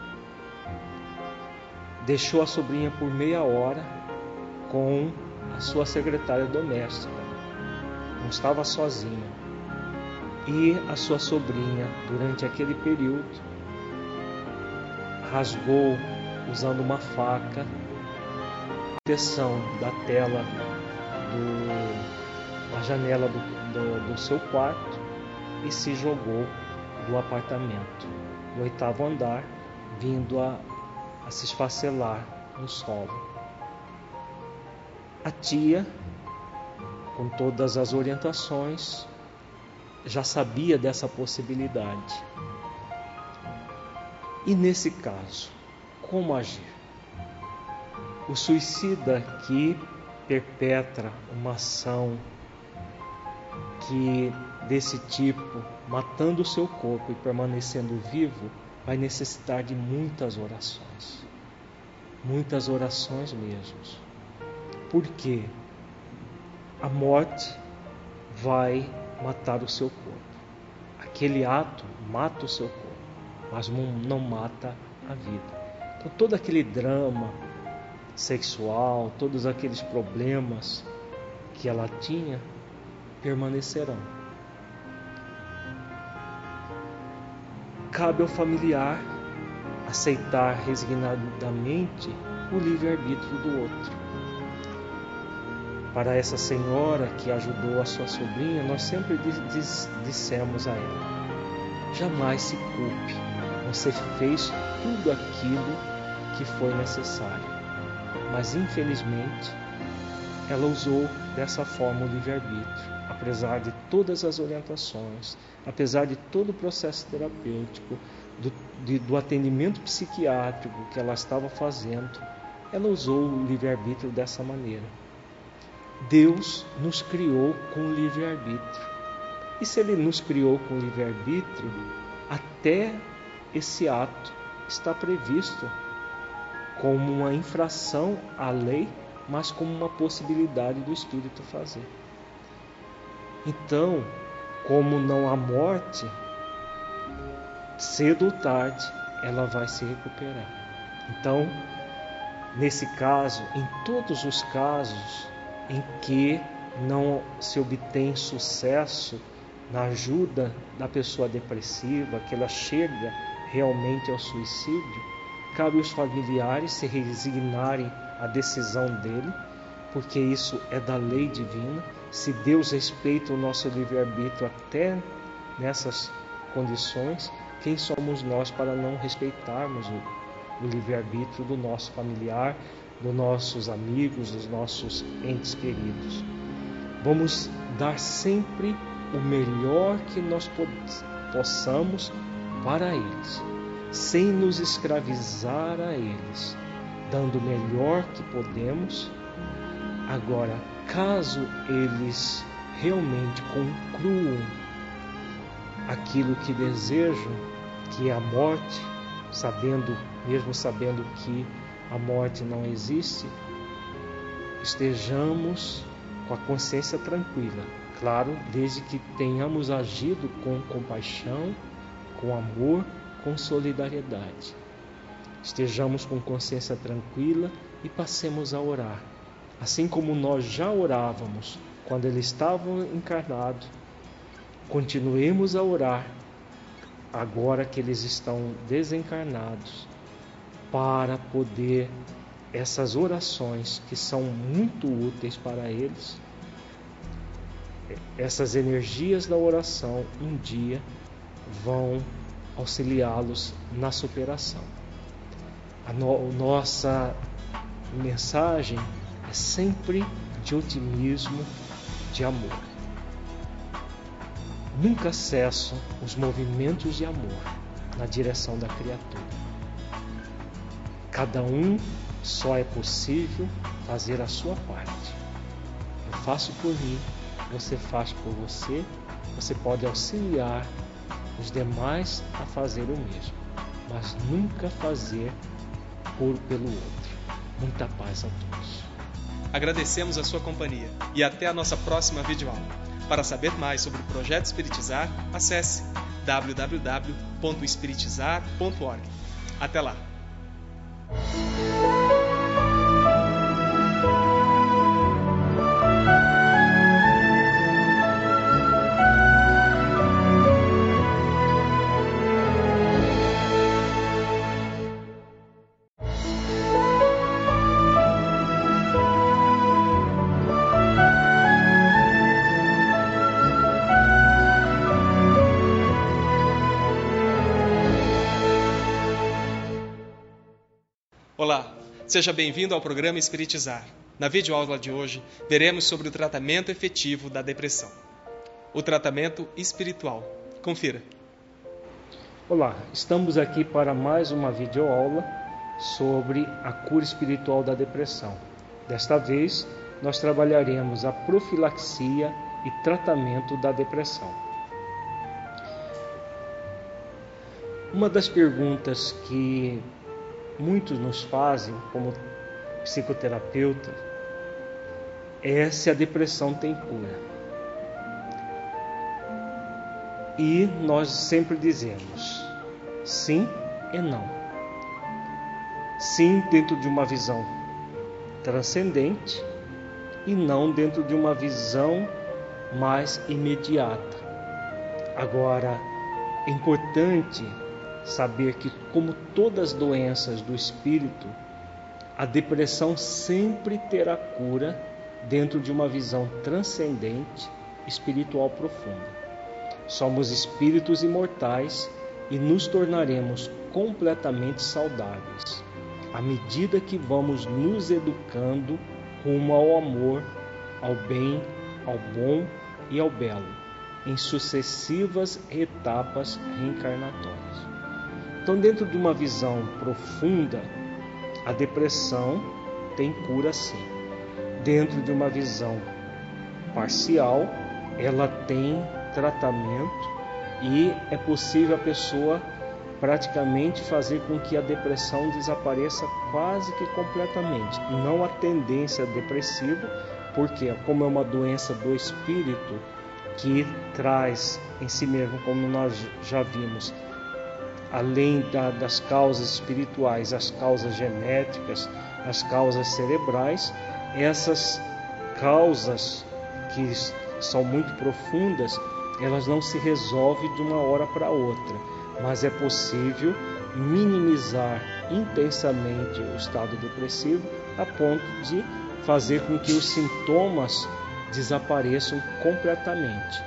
deixou a sobrinha por meia hora com a sua secretária doméstica. Não estava sozinha. E a sua sobrinha, durante aquele período, rasgou, usando uma faca, proteção da tela do, da janela do, do, do seu quarto e se jogou do apartamento, do oitavo andar, vindo a, a se esfacelar no solo. A tia, com todas as orientações, já sabia dessa possibilidade. E nesse caso, como agir? O suicida que perpetra uma ação que desse tipo, matando o seu corpo e permanecendo vivo, vai necessitar de muitas orações. Muitas orações mesmo. Por quê? A morte vai matar o seu corpo. Aquele ato mata o seu corpo, mas não mata a vida. Então todo aquele drama sexual, todos aqueles problemas que ela tinha permanecerão. Cabe ao familiar aceitar resignadamente o livre-arbítrio do outro. Para essa senhora que ajudou a sua sobrinha, nós sempre diz, dissemos a ela: jamais se culpe, você fez tudo aquilo que foi necessário. Mas infelizmente ela usou dessa forma o livre-arbítrio, apesar de todas as orientações, apesar de todo o processo terapêutico, do, de, do atendimento psiquiátrico que ela estava fazendo, ela usou o livre-arbítrio dessa maneira. Deus nos criou com livre-arbítrio. E se Ele nos criou com livre-arbítrio, até esse ato está previsto como uma infração à lei, mas como uma possibilidade do Espírito fazer. Então, como não há morte, cedo ou tarde ela vai se recuperar. Então, nesse caso, em todos os casos em que não se obtém sucesso na ajuda da pessoa depressiva, que ela chega realmente ao suicídio, cabe aos familiares se resignarem à decisão dele, porque isso é da lei divina. Se Deus respeita o nosso livre-arbítrio até nessas condições, quem somos nós para não respeitarmos o, o livre-arbítrio do nosso familiar, dos nossos amigos, dos nossos entes queridos? Vamos dar sempre o melhor que nós possamos para eles, sem nos escravizar a eles, dando o melhor que podemos. Agora, caso eles realmente concluam aquilo que desejam, que é a morte, sabendo, mesmo sabendo que a morte não existe, estejamos com a consciência tranquila. Claro, desde que tenhamos agido com compaixão, com amor, com solidariedade. Estejamos com consciência tranquila e passemos a orar. Assim como nós já orávamos quando eles estavam encarnados, continuemos a orar agora que eles estão desencarnados, para poder essas orações que são muito úteis para eles, essas energias da oração um dia vão auxiliá-los na superação. A no, nossa mensagem é sempre de otimismo, de amor. Nunca cessam os movimentos de amor na direção da criatura. Cada um só é possível fazer a sua parte. Eu faço por mim, você faz por você, você pode auxiliar os demais a fazer o mesmo, mas nunca fazer por pelo outro. Muita paz a todos. Agradecemos a sua companhia e até a nossa próxima videoaula. Para saber mais sobre o Projeto Espiritizar, acesse w w w ponto espiritizar ponto org. Até lá! Seja bem-vindo ao programa Espiritizar. Na videoaula de hoje, veremos sobre o tratamento efetivo da depressão. O tratamento espiritual. Confira. Olá, estamos aqui para mais uma videoaula sobre a cura espiritual da depressão. Desta vez, nós trabalharemos a profilaxia e tratamento da depressão. Uma das perguntas que muitos nos fazem como psicoterapeuta é se a depressão tem cura. E nós sempre dizemos sim e não. Sim dentro de uma visão transcendente e não dentro de uma visão mais imediata. Agora, é importante saber que, como todas as doenças do espírito, a depressão sempre terá cura dentro de uma visão transcendente, espiritual profunda. Somos espíritos imortais e nos tornaremos completamente saudáveis à medida que vamos nos educando rumo ao amor, ao bem, ao bom e ao belo, em sucessivas etapas reencarnatórias. Então, dentro de uma visão profunda, a depressão tem cura sim. Dentro de uma visão parcial, ela tem tratamento e é possível a pessoa praticamente fazer com que a depressão desapareça quase que completamente. Não a tendência depressiva, porque como é uma doença do espírito que traz em si mesmo, como nós já vimos, além da, das causas espirituais, as causas genéticas, as causas cerebrais, essas causas que são muito profundas, elas não se resolvem de uma hora para outra, mas é possível minimizar intensamente o estado depressivo a ponto de fazer com que os sintomas desapareçam completamente.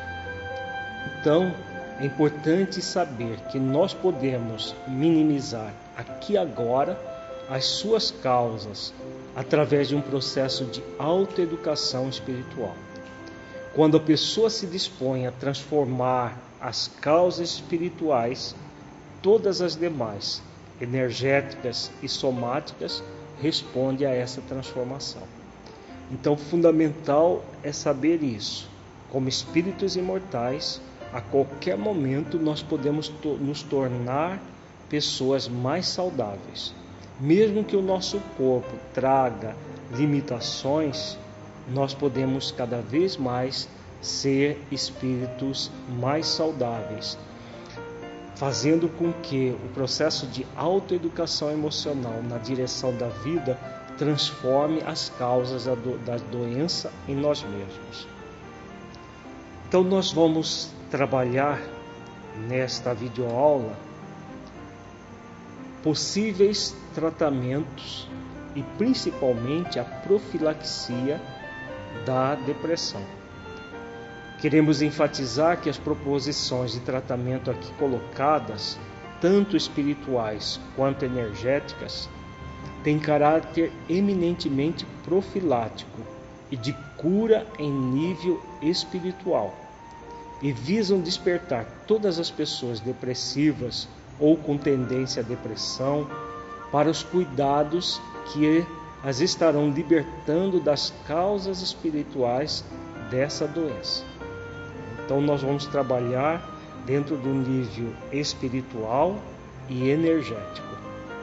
Então, é importante saber que nós podemos minimizar aqui agora as suas causas através de um processo de autoeducação espiritual. Quando a pessoa se dispõe a transformar as causas espirituais, todas as demais, energéticas e somáticas, respondem a essa transformação. Então, fundamental é saber isso. Como espíritos imortais, a qualquer momento nós podemos to- nos tornar pessoas mais saudáveis. Mesmo que o nosso corpo traga limitações, nós podemos cada vez mais ser espíritos mais saudáveis, fazendo com que o processo de autoeducação emocional na direção da vida transforme as causas da, do- da doença em nós mesmos. Então nós vamos trabalhar nesta videoaula possíveis tratamentos e principalmente a profilaxia da depressão. Queremos enfatizar que as proposições de tratamento aqui colocadas, tanto espirituais quanto energéticas, têm caráter eminentemente profilático e de cura em nível espiritual, e visam despertar todas as pessoas depressivas ou com tendência à depressão para os cuidados que as estarão libertando das causas espirituais dessa doença. Então nós vamos trabalhar dentro do nível espiritual e energético.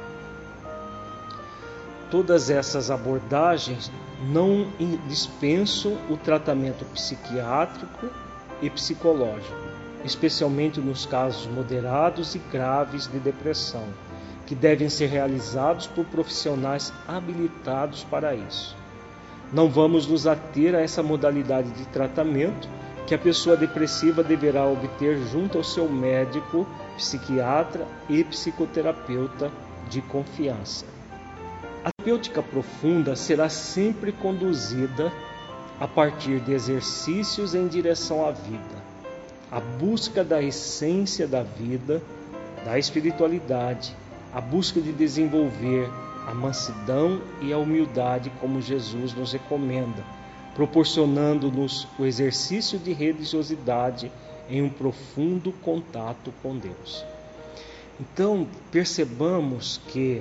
Todas essas abordagens não dispensam o tratamento psiquiátrico e psicológico, especialmente nos casos moderados e graves de depressão, que devem ser realizados por profissionais habilitados para isso. Não vamos nos ater a essa modalidade de tratamento que a pessoa depressiva deverá obter junto ao seu médico, psiquiatra e psicoterapeuta de confiança. A terapêutica profunda será sempre conduzida a partir de exercícios em direção à vida, a busca da essência da vida, da espiritualidade, a busca de desenvolver a mansidão e a humildade como Jesus nos recomenda, proporcionando-nos o exercício de religiosidade em um profundo contato com Deus. Então, percebamos que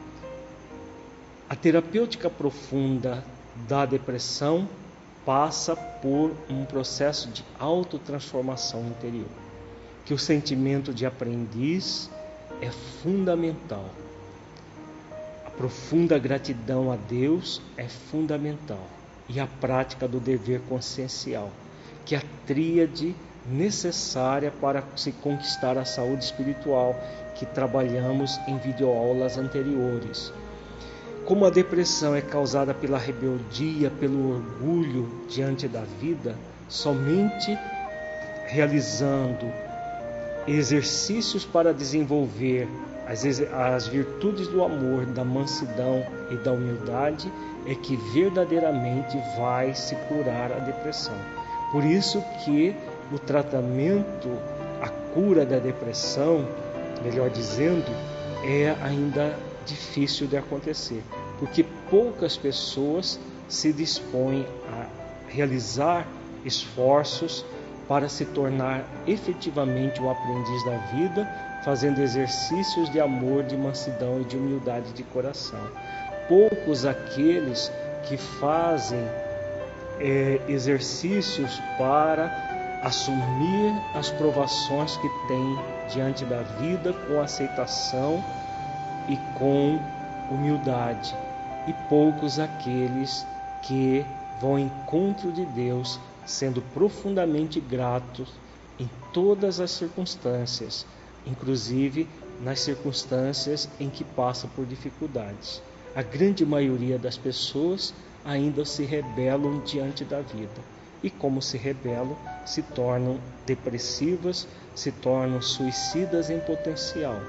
a terapêutica profunda da depressão passa por um processo de autotransformação interior, que o sentimento de aprendiz é fundamental. A profunda gratidão a Deus é fundamental. E a prática do dever consciencial, que é a tríade necessária para se conquistar a saúde espiritual, que trabalhamos em videoaulas anteriores. Como a depressão é causada pela rebeldia, pelo orgulho diante da vida, somente realizando exercícios para desenvolver as, as virtudes do amor, da mansidão e da humildade, é que verdadeiramente vai se curar a depressão. Por isso que o tratamento, a cura da depressão, melhor dizendo, é ainda difícil de acontecer, porque poucas pessoas se dispõem a realizar esforços para se tornar efetivamente um aprendiz da vida, fazendo exercícios de amor, de mansidão e de humildade de coração. Poucos aqueles que fazem é, exercícios para assumir as provações que têm diante da vida com aceitação e com humildade, e poucos aqueles que vão ao encontro de Deus sendo profundamente gratos em todas as circunstâncias, inclusive nas circunstâncias em que passa por dificuldades. A grande maioria das pessoas ainda se rebelam diante da vida, e como se rebelam, se tornam depressivas, se tornam suicidas em potencial.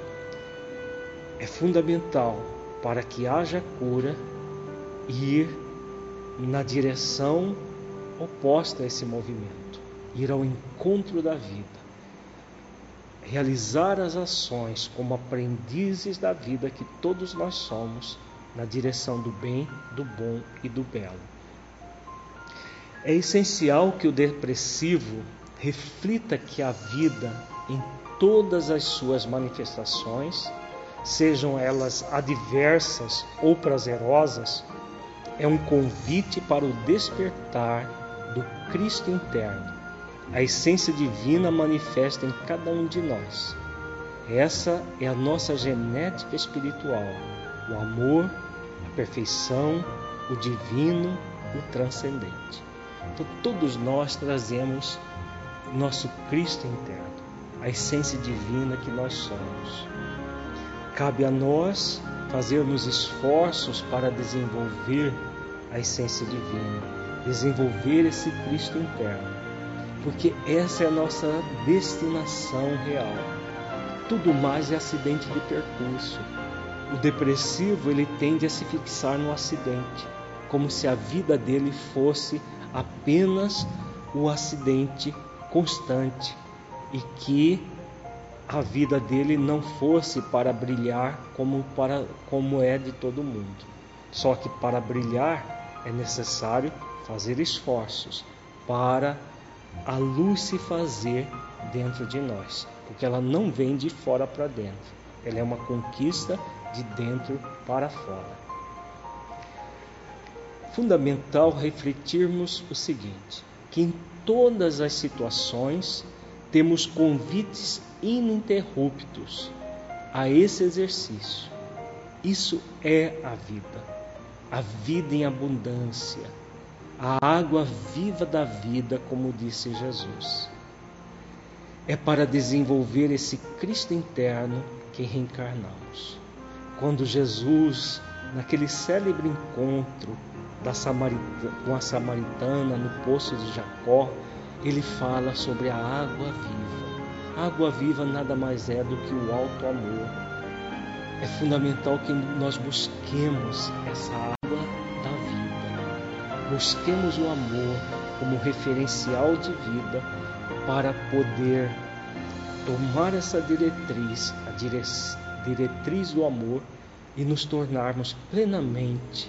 É fundamental, para que haja cura, ir na direção oposta a esse movimento, ir ao encontro da vida, realizar as ações como aprendizes da vida que todos nós somos, na direção do bem, do bom e do belo. É essencial que o depressivo reflita que a vida, em todas as suas manifestações, sejam elas adversas ou prazerosas, é um convite para o despertar do Cristo interno, a essência divina manifesta em cada um de nós. Essa é a nossa genética espiritual, o amor, a perfeição, o divino, o transcendente. Então, todos nós trazemos nosso Cristo interno, a essência divina que nós somos. Cabe a nós fazermos esforços para desenvolver a essência divina, desenvolver esse Cristo interno, porque essa é a nossa destinação real. Tudo mais é acidente de percurso. O depressivo, ele tende a se fixar no acidente, como se a vida dele fosse apenas o acidente constante e que a vida dele não fosse para brilhar como, para, como é de todo mundo. Só que para brilhar é necessário fazer esforços para a luz se fazer dentro de nós, porque ela não vem de fora para dentro, ela é uma conquista de dentro para fora. Fundamental refletirmos o seguinte, que em todas as situações temos convites ininterruptos a esse exercício. Isso é a vida, a vida em abundância, a água viva da vida, como disse Jesus. É para desenvolver esse Cristo interno que reencarnamos. Quando Jesus, naquele célebre encontro da Samaritana, com a samaritana no poço de Jacó, ele fala sobre a água viva. A água viva nada mais é do que o alto amor. É fundamental que nós busquemos essa água da vida. Busquemos o amor como referencial de vida para poder tomar essa diretriz, a diretriz do amor, e nos tornarmos plenamente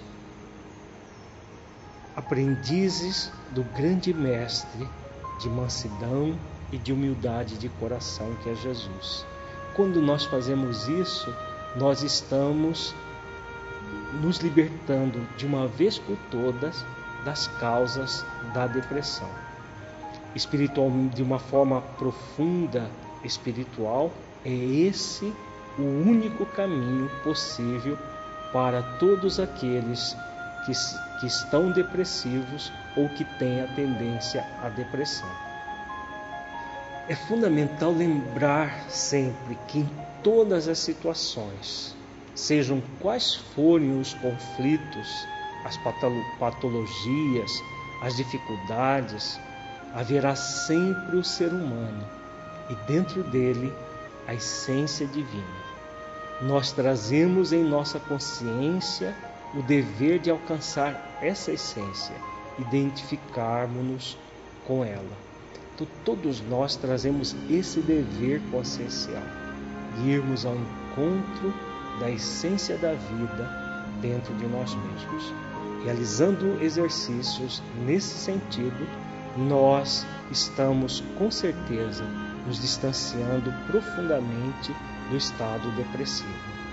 aprendizes do grande mestre de mansidão e de humildade de coração, que é Jesus. Quando nós fazemos isso, nós estamos nos libertando de uma vez por todas das causas da depressão. Espiritual, de uma forma profunda, espiritual, é esse o único caminho possível para todos aqueles que, que estão depressivos ou que têm a tendência à depressão. É fundamental lembrar sempre que em todas as situações, sejam quais forem os conflitos, as patologias, as dificuldades, haverá sempre o ser humano e dentro dele a essência divina. Nós trazemos em nossa consciência o dever de alcançar essa essência, identificarmos-nos com ela. Então, todos nós trazemos esse dever consciencial, de irmos ao encontro da essência da vida dentro de nós mesmos. Realizando exercícios nesse sentido, nós estamos com certeza nos distanciando profundamente do estado depressivo.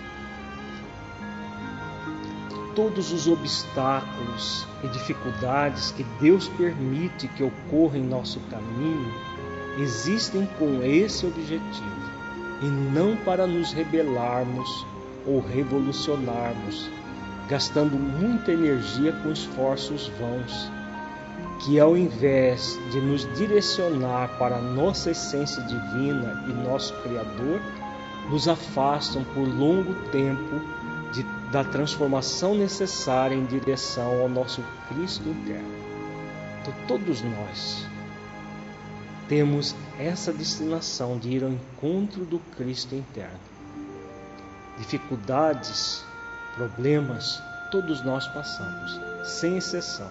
Todos os obstáculos e dificuldades que Deus permite que ocorram em nosso caminho existem com esse objetivo, e não para nos rebelarmos ou revolucionarmos, gastando muita energia com esforços vãos, que ao invés de nos direcionar para a nossa essência divina e nosso Criador, nos afastam por longo tempo de, da transformação necessária em direção ao nosso Cristo interno. Então, todos nós temos essa destinação de ir ao encontro do Cristo interno. Dificuldades, problemas, todos nós passamos, sem exceção.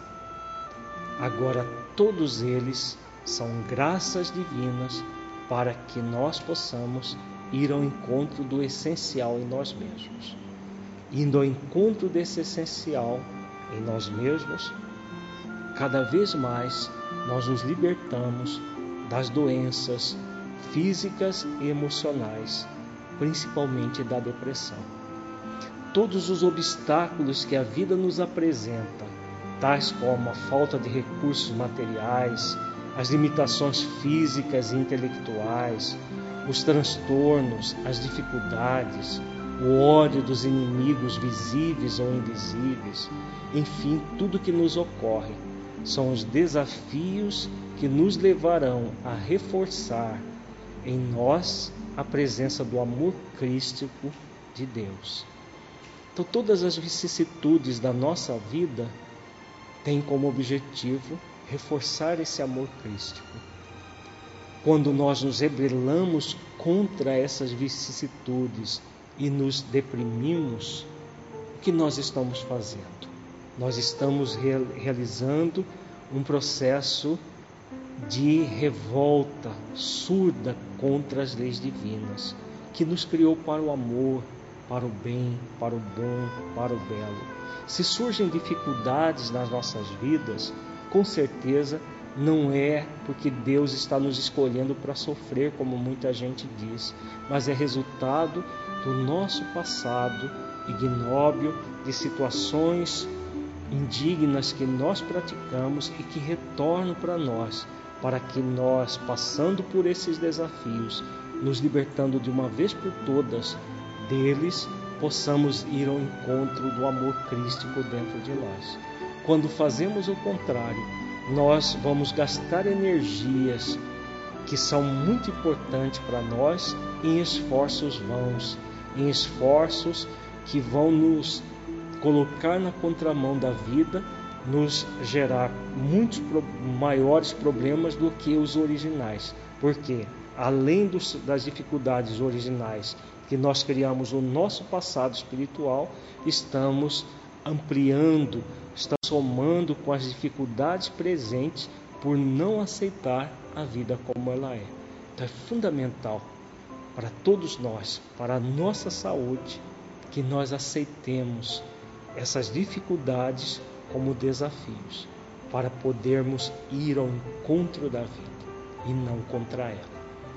Agora, todos eles são graças divinas para que nós possamos ir ao encontro do essencial em nós mesmos. Indo ao encontro desse essencial em nós mesmos, cada vez mais nós nos libertamos das doenças físicas e emocionais, principalmente da depressão. Todos os obstáculos que a vida nos apresenta, tais como a falta de recursos materiais, as limitações físicas e intelectuais, os transtornos, as dificuldades, o ódio dos inimigos visíveis ou invisíveis, enfim, tudo que nos ocorre, são os desafios que nos levarão a reforçar em nós a presença do amor crístico de Deus. Então, todas as vicissitudes da nossa vida têm como objetivo reforçar esse amor crístico. Quando nós nos rebelamos contra essas vicissitudes e nos deprimimos, o que nós estamos fazendo? Nós estamos re- realizando um processo de revolta surda contra as leis divinas, que nos criou para o amor, para o bem, para o bom, para o belo. Se surgem dificuldades nas nossas vidas, com certeza não é porque Deus está nos escolhendo para sofrer, como muita gente diz, mas é resultado do nosso passado ignóbil, de situações indignas que nós praticamos e que retornam para nós, para que nós, passando por esses desafios, nos libertando de uma vez por todas deles, possamos ir ao encontro do amor crístico dentro de nós. Quando fazemos o contrário, nós vamos gastar energias que são muito importantes para nós em esforços vãos, em esforços que vão nos colocar na contramão da vida, nos gerar muitos pro, maiores problemas do que os originais. Porque, além dos, das dificuldades originais que nós criamos no nosso passado espiritual, estamos ampliando, estamos somando com as dificuldades presentes por não aceitar a vida como ela é. Então é fundamental para todos nós, para a nossa saúde, que nós aceitemos essas dificuldades como desafios, para podermos ir ao encontro da vida e não contra ela.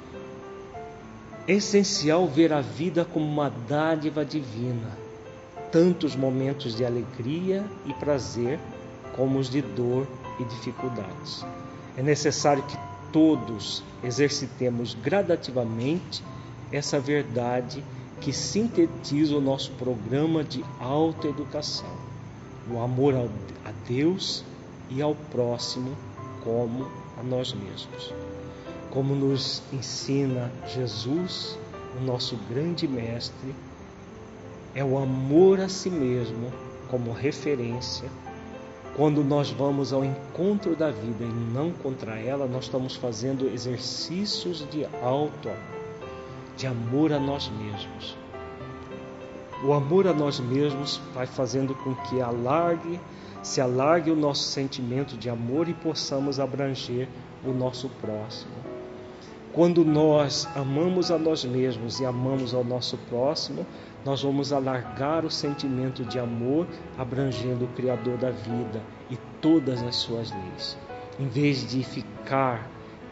É essencial ver a vida como uma dádiva divina, tanto os momentos de alegria e prazer, como os de dor e dificuldades. É necessário que todos exercitemos gradativamente essa verdade que sintetiza o nosso programa de autoeducação, o amor a Deus e ao próximo como a nós mesmos. Como nos ensina Jesus, o nosso grande mestre, é o amor a si mesmo como referência. Quando nós vamos ao encontro da vida e não contra ela, nós estamos fazendo exercícios de auto-amor, de amor a nós mesmos. O amor a nós mesmos vai fazendo com que alargue, se alargue o nosso sentimento de amor e possamos abranger o nosso próximo. Quando nós amamos a nós mesmos e amamos ao nosso próximo, nós vamos alargar o sentimento de amor, abrangendo o Criador da vida e todas as suas leis. Em vez de ficar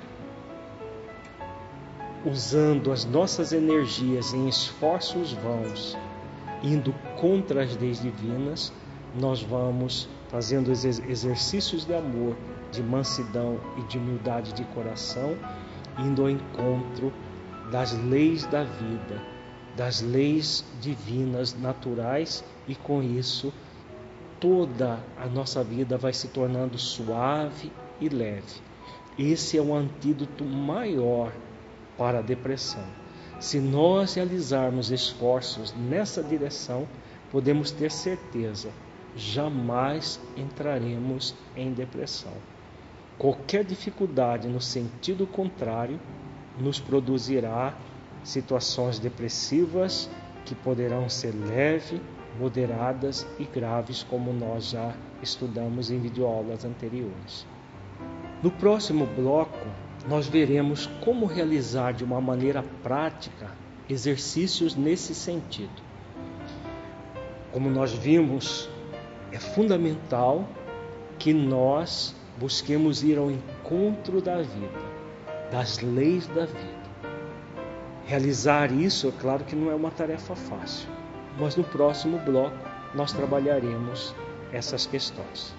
usando as nossas energias em esforços vãos, indo contra as leis divinas, nós vamos fazendo exercícios de amor, de mansidão e de humildade de coração, indo ao encontro das leis da vida, das leis divinas naturais, e com isso toda a nossa vida vai se tornando suave e leve. Esse é o antídoto maior para a depressão. Se nós realizarmos esforços nessa direção, podemos ter certeza, jamais entraremos em depressão. Qualquer dificuldade no sentido contrário nos produzirá situações depressivas que poderão ser leves, moderadas e graves, como nós já estudamos em videoaulas anteriores. No próximo bloco, nós veremos como realizar de uma maneira prática exercícios nesse sentido. Como nós vimos, é fundamental que nós busquemos ir ao encontro da vida, das leis da vida. Realizar isso, é claro que não é uma tarefa fácil, mas no próximo bloco nós trabalharemos essas questões.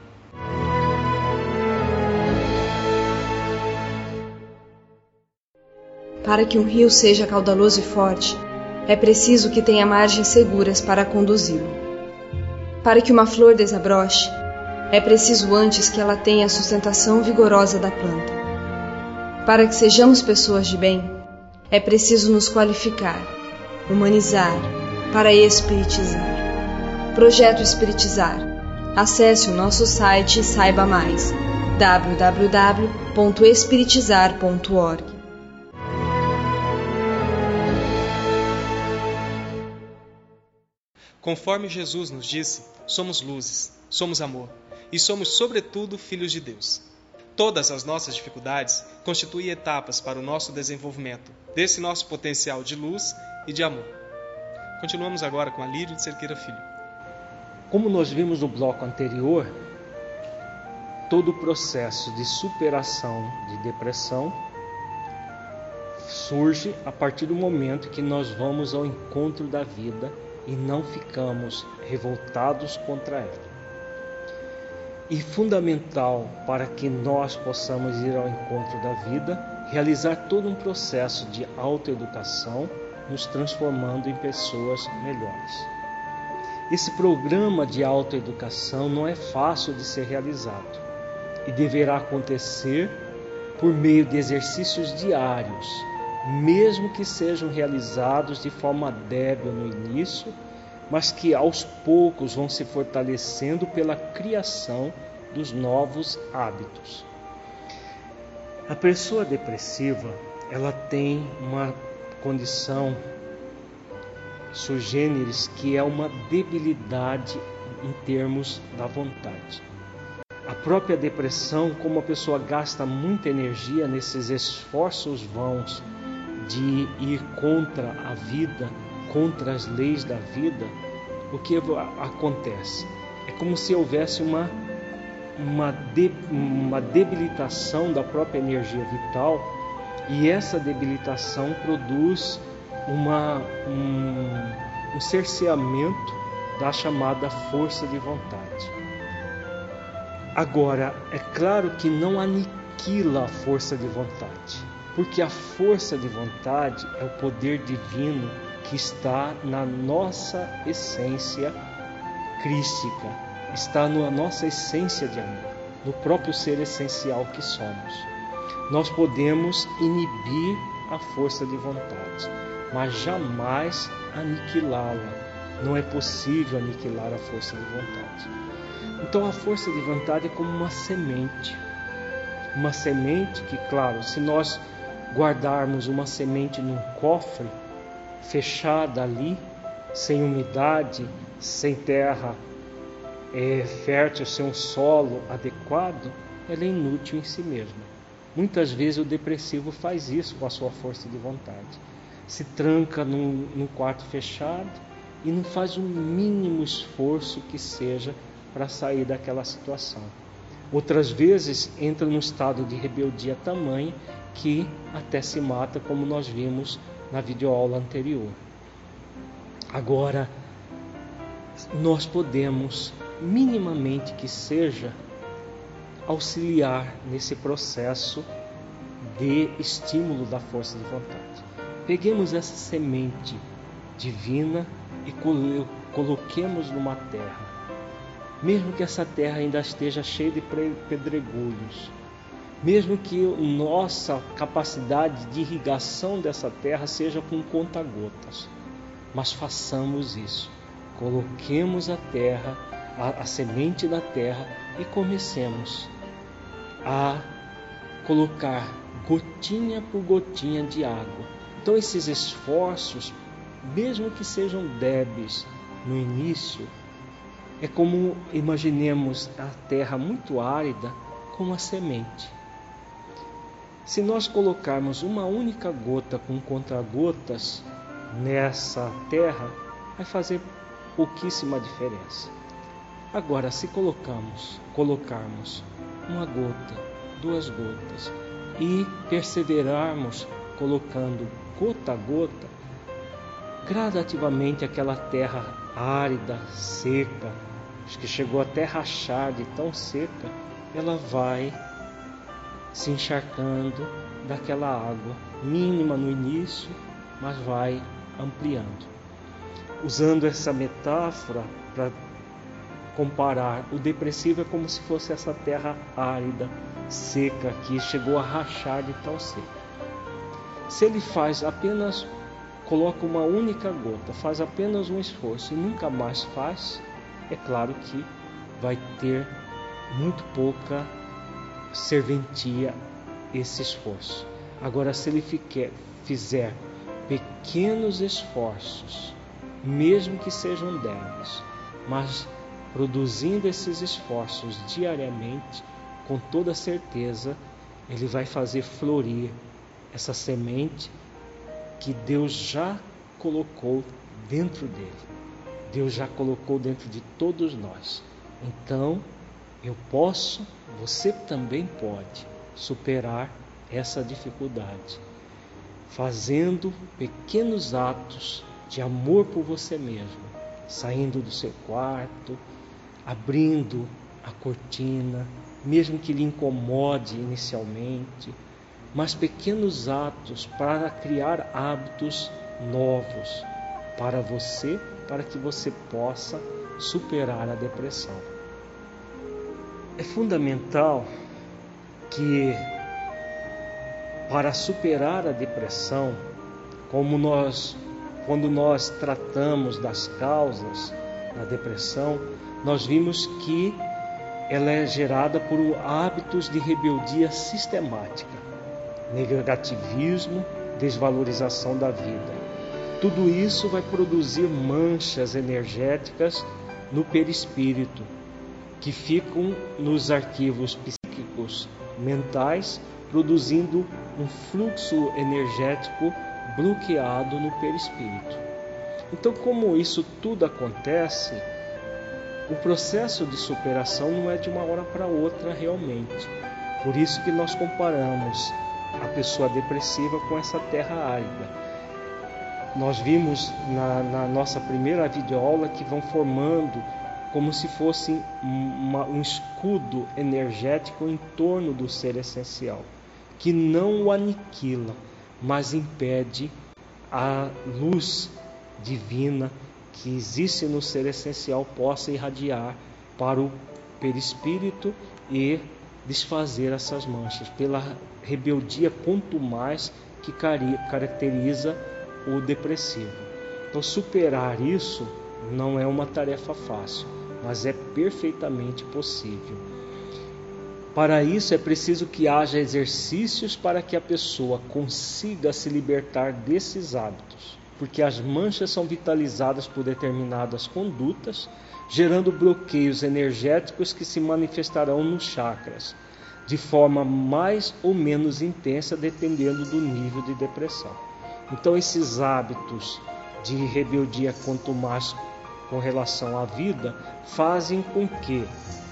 Para que um rio seja caudaloso e forte, é preciso que tenha margens seguras para conduzi-lo. Para que uma flor desabroche, é preciso antes que ela tenha a sustentação vigorosa da planta. Para que sejamos pessoas de bem, é preciso nos qualificar, humanizar, para espiritizar. Projeto Espiritizar. Acesse o nosso site e saiba mais. w w w ponto espiritizar ponto org. Conforme Jesus nos disse, somos luzes, somos amor e somos, sobretudo, filhos de Deus. Todas as nossas dificuldades constituem etapas para o nosso desenvolvimento desse nosso potencial de luz e de amor. Continuamos agora com Alírio de Cerqueira Filho. Como nós vimos no bloco anterior, todo o processo de superação de depressão surge a partir do momento que nós vamos ao encontro da vida e não ficamos revoltados contra ela. E fundamental para que nós possamos ir ao encontro da vida, realizar todo um processo de autoeducação, nos transformando em pessoas melhores. Esse programa de autoeducação não é fácil de ser realizado e deverá acontecer por meio de exercícios diários, mesmo que sejam realizados de forma débil no início, mas que aos poucos vão se fortalecendo pela criação dos novos hábitos. A pessoa depressiva, ela tem uma condição sui generis, que é uma debilidade em termos da vontade. A própria depressão, como a pessoa gasta muita energia nesses esforços vãos de ir contra a vida, contra as leis da vida, o que acontece? É como se houvesse uma, uma, de, uma debilitação da própria energia vital, e essa debilitação produz uma, um, um cerceamento da chamada força de vontade. Agora, é claro que não aniquila a força de vontade, porque a força de vontade é o poder divino que está na nossa essência crística, está na nossa essência de amor, no próprio ser essencial que somos. Nós podemos inibir a força de vontade, mas jamais aniquilá-la. Não é possível aniquilar a força de vontade. Então a força de vontade é como uma semente. Uma semente que, claro, se nós guardarmos uma semente num cofre, fechada ali, sem umidade, sem terra é, fértil, sem um solo adequado, ela é inútil em si mesma. Muitas vezes o depressivo faz isso com a sua força de vontade. Se tranca num, num quarto fechado e não faz o mínimo esforço que seja para sair daquela situação. Outras vezes entra num estado de rebeldia tamanha que até se mata, como nós vimos na videoaula anterior. Agora, nós podemos, minimamente que seja, auxiliar nesse processo de estímulo da força de vontade. Peguemos essa semente divina e coloquemos numa terra, mesmo que essa terra ainda esteja cheia de pedregulhos, mesmo que nossa capacidade de irrigação dessa terra seja com conta-gotas, mas façamos isso. Coloquemos a terra, a, a semente da terra, e comecemos a colocar gotinha por gotinha de água. Então esses esforços, mesmo que sejam débeis no início, é como imaginemos a terra muito árida com uma semente. Se nós colocarmos uma única gota com contra-gotas nessa terra, vai fazer pouquíssima diferença. Agora, se colocamos, colocarmos uma gota, duas gotas e perseverarmos colocando gota a gota, gradativamente aquela terra árida, seca, acho que chegou até rachar de tão seca, ela vai se encharcando daquela água, mínima no início, mas vai ampliando. Usando essa metáfora para comparar, o depressivo é como se fosse essa terra árida, seca, que chegou a rachar de tão seca. Se ele faz apenas, coloca uma única gota, faz apenas um esforço e nunca mais faz, é claro que vai ter muito pouca serventia esse esforço. Agora, se ele fiquer, fizer pequenos esforços, mesmo que sejam débeis, mas produzindo esses esforços diariamente, com toda certeza, ele vai fazer florir essa semente que Deus já colocou dentro dele. Deus já colocou dentro de todos nós. Então, eu posso, você também pode superar essa dificuldade, fazendo pequenos atos de amor por você mesmo, saindo do seu quarto, abrindo a cortina, mesmo que lhe incomode inicialmente, mas pequenos atos para criar hábitos novos para você, para que você possa superar a depressão. É fundamental que, para superar a depressão, como nós, quando nós tratamos das causas da depressão, nós vimos que ela é gerada por hábitos de rebeldia sistemática, negativismo, desvalorização da vida. Tudo isso vai produzir manchas energéticas no perispírito, que ficam nos arquivos psíquicos mentais, produzindo um fluxo energético bloqueado no perispírito. Então, como isso tudo acontece, o processo de superação não é de uma hora para outra realmente. Por isso que nós comparamos a pessoa depressiva com essa terra árida. Nós vimos na, na nossa primeira videoaula que vão formando como se fosse uma, um escudo energético em torno do ser essencial, que não o aniquila, mas impede a luz divina que existe no ser essencial possa irradiar para o perispírito e desfazer essas manchas, pela rebeldia quanto mais que caracteriza o depressivo. Então, superar isso não é uma tarefa fácil, mas é perfeitamente possível. Para isso é preciso que haja exercícios para que a pessoa consiga se libertar desses hábitos, porque as manchas são vitalizadas por determinadas condutas, gerando bloqueios energéticos que se manifestarão nos chakras, de forma mais ou menos intensa, dependendo do nível de depressão. Então, esses hábitos de rebeldia quanto mais com relação à vida fazem com que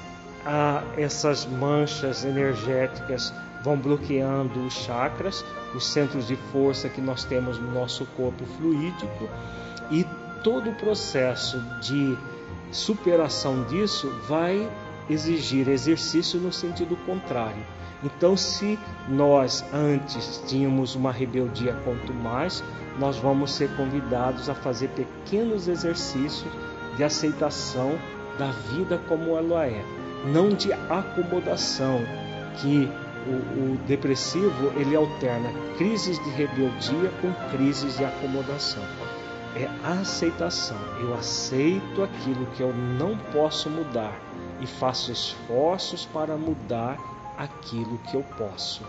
a, essas manchas energéticas vão bloqueando os chakras, os centros de força que nós temos no nosso corpo fluídico, e todo o processo de superação disso vai exigir exercício no sentido contrário. Então, se nós antes tínhamos uma rebeldia quanto mais, nós vamos ser convidados a fazer pequenos exercícios de aceitação da vida como ela é, não de acomodação, que o, o depressivo ele alterna crises de rebeldia com crises de acomodação. É a aceitação. Eu aceito aquilo que eu não posso mudar e faço esforços para mudar aquilo que eu posso.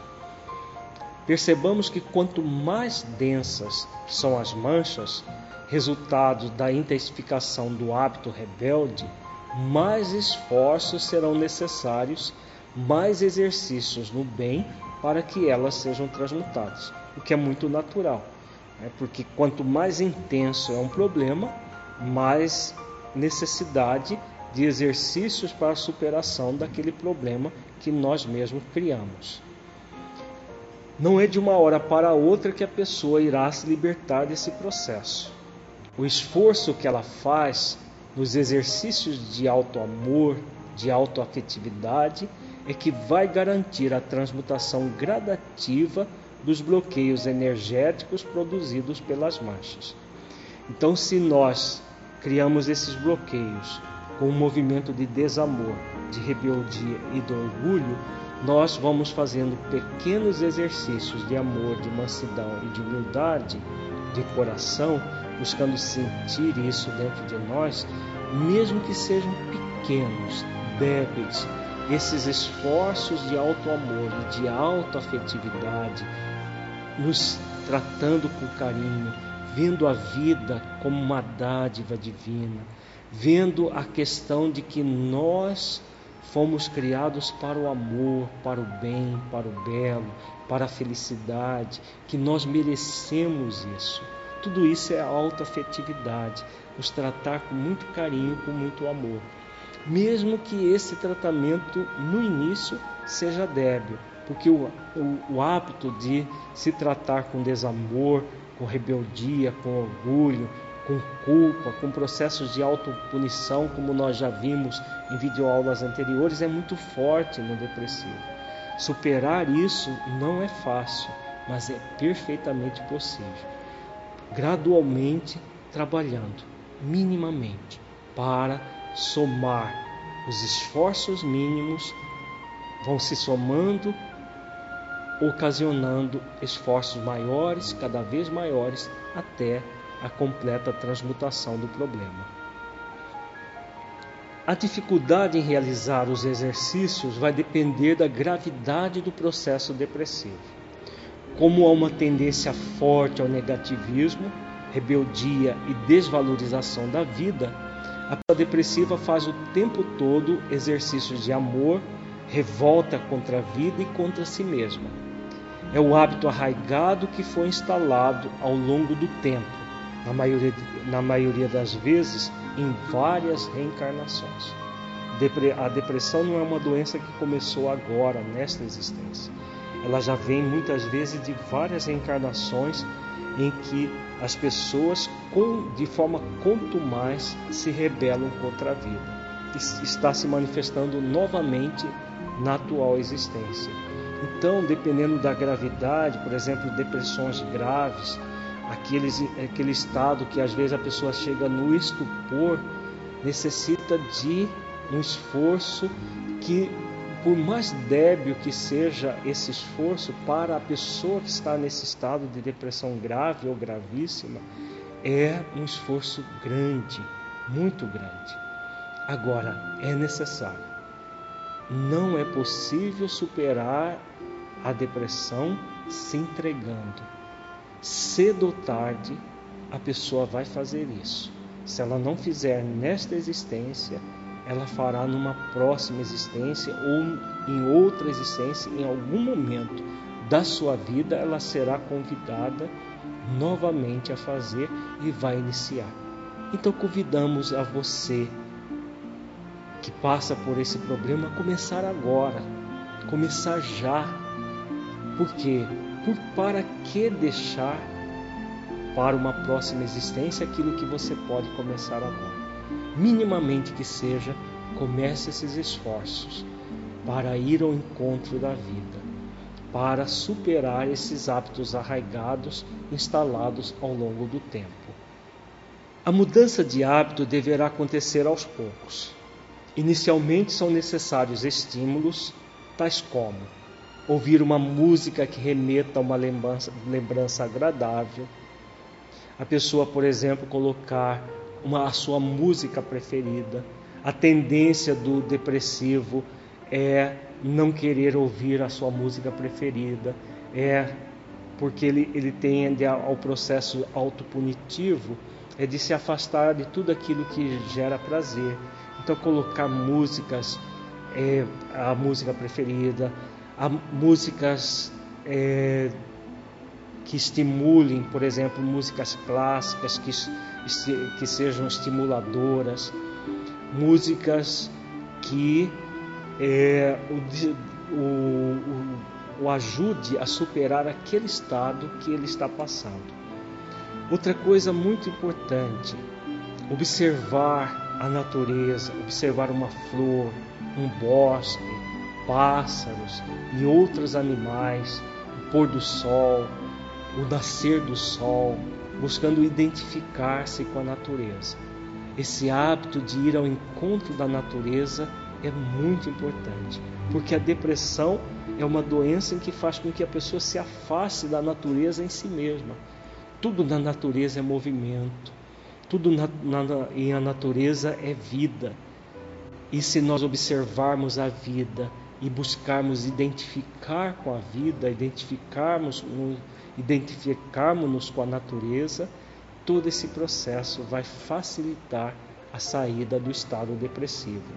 Percebamos que quanto mais densas são as manchas, resultado da intensificação do hábito rebelde, mais esforços serão necessários, mais exercícios no bem para que elas sejam transmutadas, o que é muito natural, né? Porque quanto mais intenso é um problema, mais necessidade de exercícios para a superação daquele problema que nós mesmos criamos. Não é de uma hora para outra que a pessoa irá se libertar desse processo. O esforço que ela faz nos exercícios de auto-amor, de auto-afetividade, é que vai garantir a transmutação gradativa dos bloqueios energéticos produzidos pelas manchas. Então, se nós criamos esses bloqueios com um movimento de desamor, de rebeldia e de orgulho, nós vamos fazendo pequenos exercícios de amor, de mansidão e de humildade de coração, buscando sentir isso dentro de nós, mesmo que sejam pequenos, débeis. Esses esforços de auto-amor e de auto-afetividade, nos tratando com carinho, vendo a vida como uma dádiva divina, vendo a questão de que nós fomos criados para o amor, para o bem, para o belo, para a felicidade, que nós merecemos isso. Tudo isso é autoafetividade, nos tratar com muito carinho, com muito amor. Mesmo que esse tratamento no início seja débil, porque o, o, o hábito de se tratar com desamor, com rebeldia, com orgulho, com culpa, com processos de autopunição, como nós já vimos em videoaulas anteriores, é muito forte no depressivo. Superar isso não é fácil, mas é perfeitamente possível. Gradualmente, trabalhando, minimamente, para somar os esforços mínimos, vão se somando, ocasionando esforços maiores, cada vez maiores, até a completa transmutação do problema. A dificuldade em realizar os exercícios vai depender da gravidade do processo depressivo. Como há uma tendência forte ao negativismo, rebeldia e desvalorização da vida, a pessoa depressiva faz o tempo todo exercícios de amor, revolta contra a vida e contra si mesma. É o hábito arraigado que foi instalado ao longo do tempo na maioria, na maioria das vezes, em várias reencarnações. A depressão não é uma doença que começou agora, nesta existência. Ela já vem muitas vezes de várias reencarnações em que as pessoas, de forma contumaz, se rebelam contra a vida. Está se manifestando novamente na atual existência. Então, dependendo da gravidade, por exemplo, depressões graves, aqueles, aquele estado que às vezes a pessoa chega no estupor, necessita de um esforço que, por mais débil que seja esse esforço, para a pessoa que está nesse estado de depressão grave ou gravíssima, é um esforço grande, muito grande. Agora, é necessário. Não é possível superar a depressão se entregando. Cedo ou tarde, a pessoa vai fazer isso. Se ela não fizer nesta existência, ela fará numa próxima existência ou em outra existência, em algum momento da sua vida, ela será convidada novamente a fazer e vai iniciar. Então convidamos a você que passa por esse problema a começar agora, começar já. Por quê? Por para que deixar para uma próxima existência aquilo que você pode começar agora? Minimamente que seja, comece esses esforços para ir ao encontro da vida, para superar esses hábitos arraigados instalados ao longo do tempo. A mudança de hábito deverá acontecer aos poucos. Inicialmente são necessários estímulos, tais como ouvir uma música que remeta a uma lembrança, lembrança agradável. A pessoa, por exemplo, colocar uma, a sua música preferida. A tendência do depressivo é não querer ouvir a sua música preferida, é porque ele, ele tende ao processo autopunitivo, é de se afastar de tudo aquilo que gera prazer. Então colocar músicas, é, a música preferida, a músicas é, que estimulem, por exemplo, músicas clássicas que, que sejam estimuladoras, músicas que é, o, o, o ajude a superar aquele estado que ele está passando. Outra coisa muito importante, observar a natureza, observar uma flor, um bosque, pássaros e outros animais, o pôr do sol, o nascer do sol, buscando identificar-se com a natureza. Esse hábito de ir ao encontro da natureza é muito importante, porque a depressão é uma doença em que faz com que a pessoa se afaste da natureza em si mesma. Tudo na natureza é movimento, tudo na, na, em a natureza é vida. E se nós observarmos a vida e buscarmos identificar com a vida, identificarmos, identificarmos-nos com a natureza, todo esse processo vai facilitar a saída do estado depressivo.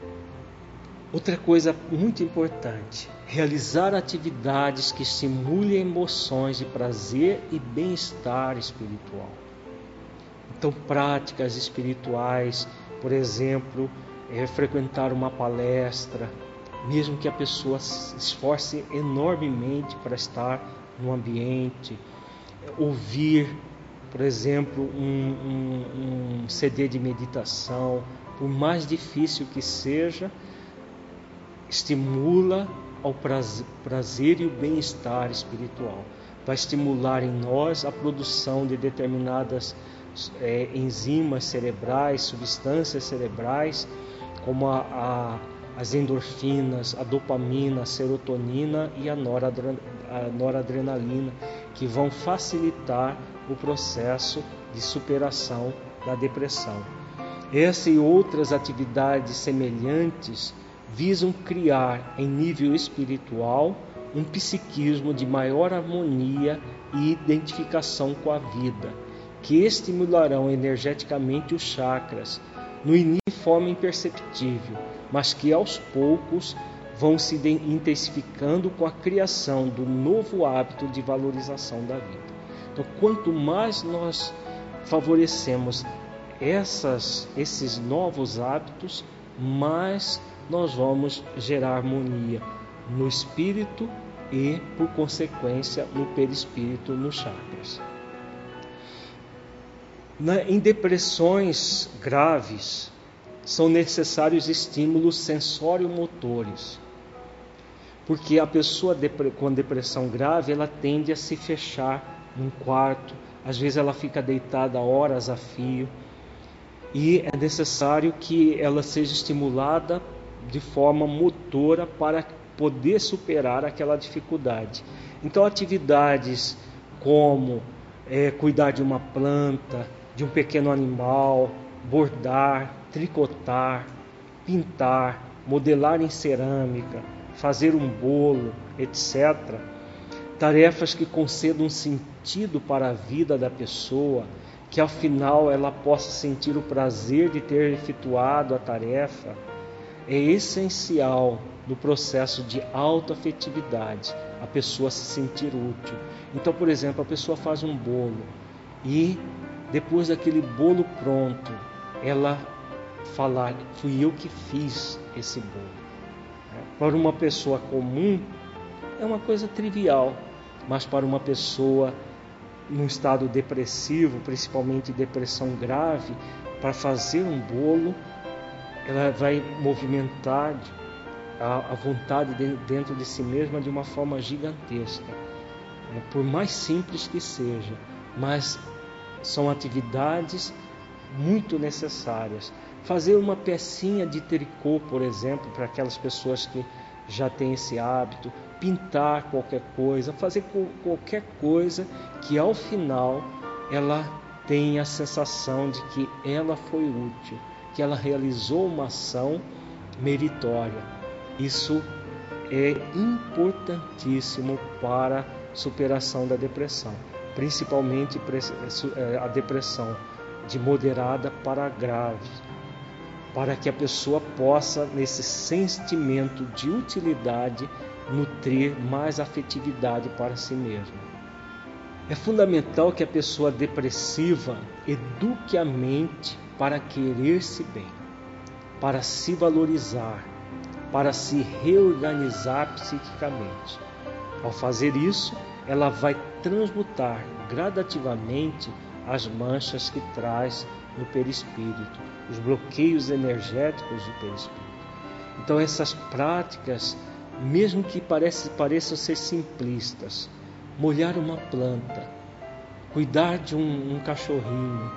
Outra coisa muito importante, realizar atividades que estimulem emoções de prazer e bem-estar espiritual. Então, práticas espirituais, por exemplo, é frequentar uma palestra, mesmo que a pessoa se esforce enormemente para estar no ambiente, ouvir, por exemplo, um, um, um C D de meditação, por mais difícil que seja, estimula ao prazer, prazer e o bem-estar espiritual. Vai estimular em nós a produção de determinadas é, enzimas cerebrais, substâncias cerebrais, como a, a, as endorfinas, a dopamina, a serotonina e a noradrenalina, que vão facilitar o processo de superação da depressão. Essa e outras atividades semelhantes visam criar, em nível espiritual, um psiquismo de maior harmonia e identificação com a vida, que estimularão energeticamente os chakras, no início de forma imperceptível, mas que aos poucos vão se intensificando com a criação do novo hábito de valorização da vida. Então, quanto mais nós favorecemos essas, esses novos hábitos, mais nós vamos gerar harmonia no espírito e, por consequência, no perispírito, nos chakras. Na, em depressões graves, são necessários estímulos sensório-motores, porque a pessoa com depressão grave, ela tende a se fechar num quarto, às vezes ela fica deitada horas a fio, e é necessário que ela seja estimulada de forma motora para poder superar aquela dificuldade. Então, atividades como é, cuidar de uma planta, de um pequeno animal, bordar, tricotar, pintar, modelar em cerâmica, fazer um bolo, etcétera. Tarefas que concedam um sentido para a vida da pessoa, que ao final ela possa sentir o prazer de ter efetuado a tarefa, é essencial no processo de autoafetividade, a pessoa se sentir útil. Então, por exemplo, a pessoa faz um bolo e depois daquele bolo pronto, ela falar, fui eu que fiz esse bolo. Para uma pessoa comum, é uma coisa trivial, mas para uma pessoa num estado depressivo, principalmente depressão grave, para fazer um bolo, ela vai movimentar a, a vontade de, dentro de si mesma de uma forma gigantesca, é, por mais simples que seja, mas são atividades muito necessárias. Fazer uma pecinha de tricô, por exemplo, para aquelas pessoas que já têm esse hábito, pintar qualquer coisa, fazer qualquer coisa que ao final ela tenha a sensação de que ela foi útil, que ela realizou uma ação meritória. Isso é importantíssimo para a superação da depressão, principalmente a depressão de moderada para grave, para que a pessoa possa, nesse sentimento de utilidade, nutrir mais afetividade para si mesma. É fundamental que a pessoa depressiva eduque a mente para querer-se bem, para se valorizar, para se reorganizar psiquicamente. Ao fazer isso, ela vai transmutar gradativamente as manchas que traz no perispírito, os bloqueios energéticos do perispírito. Então, essas práticas, mesmo que pareçam, pareçam ser simplistas, molhar uma planta, cuidar de um, um cachorrinho,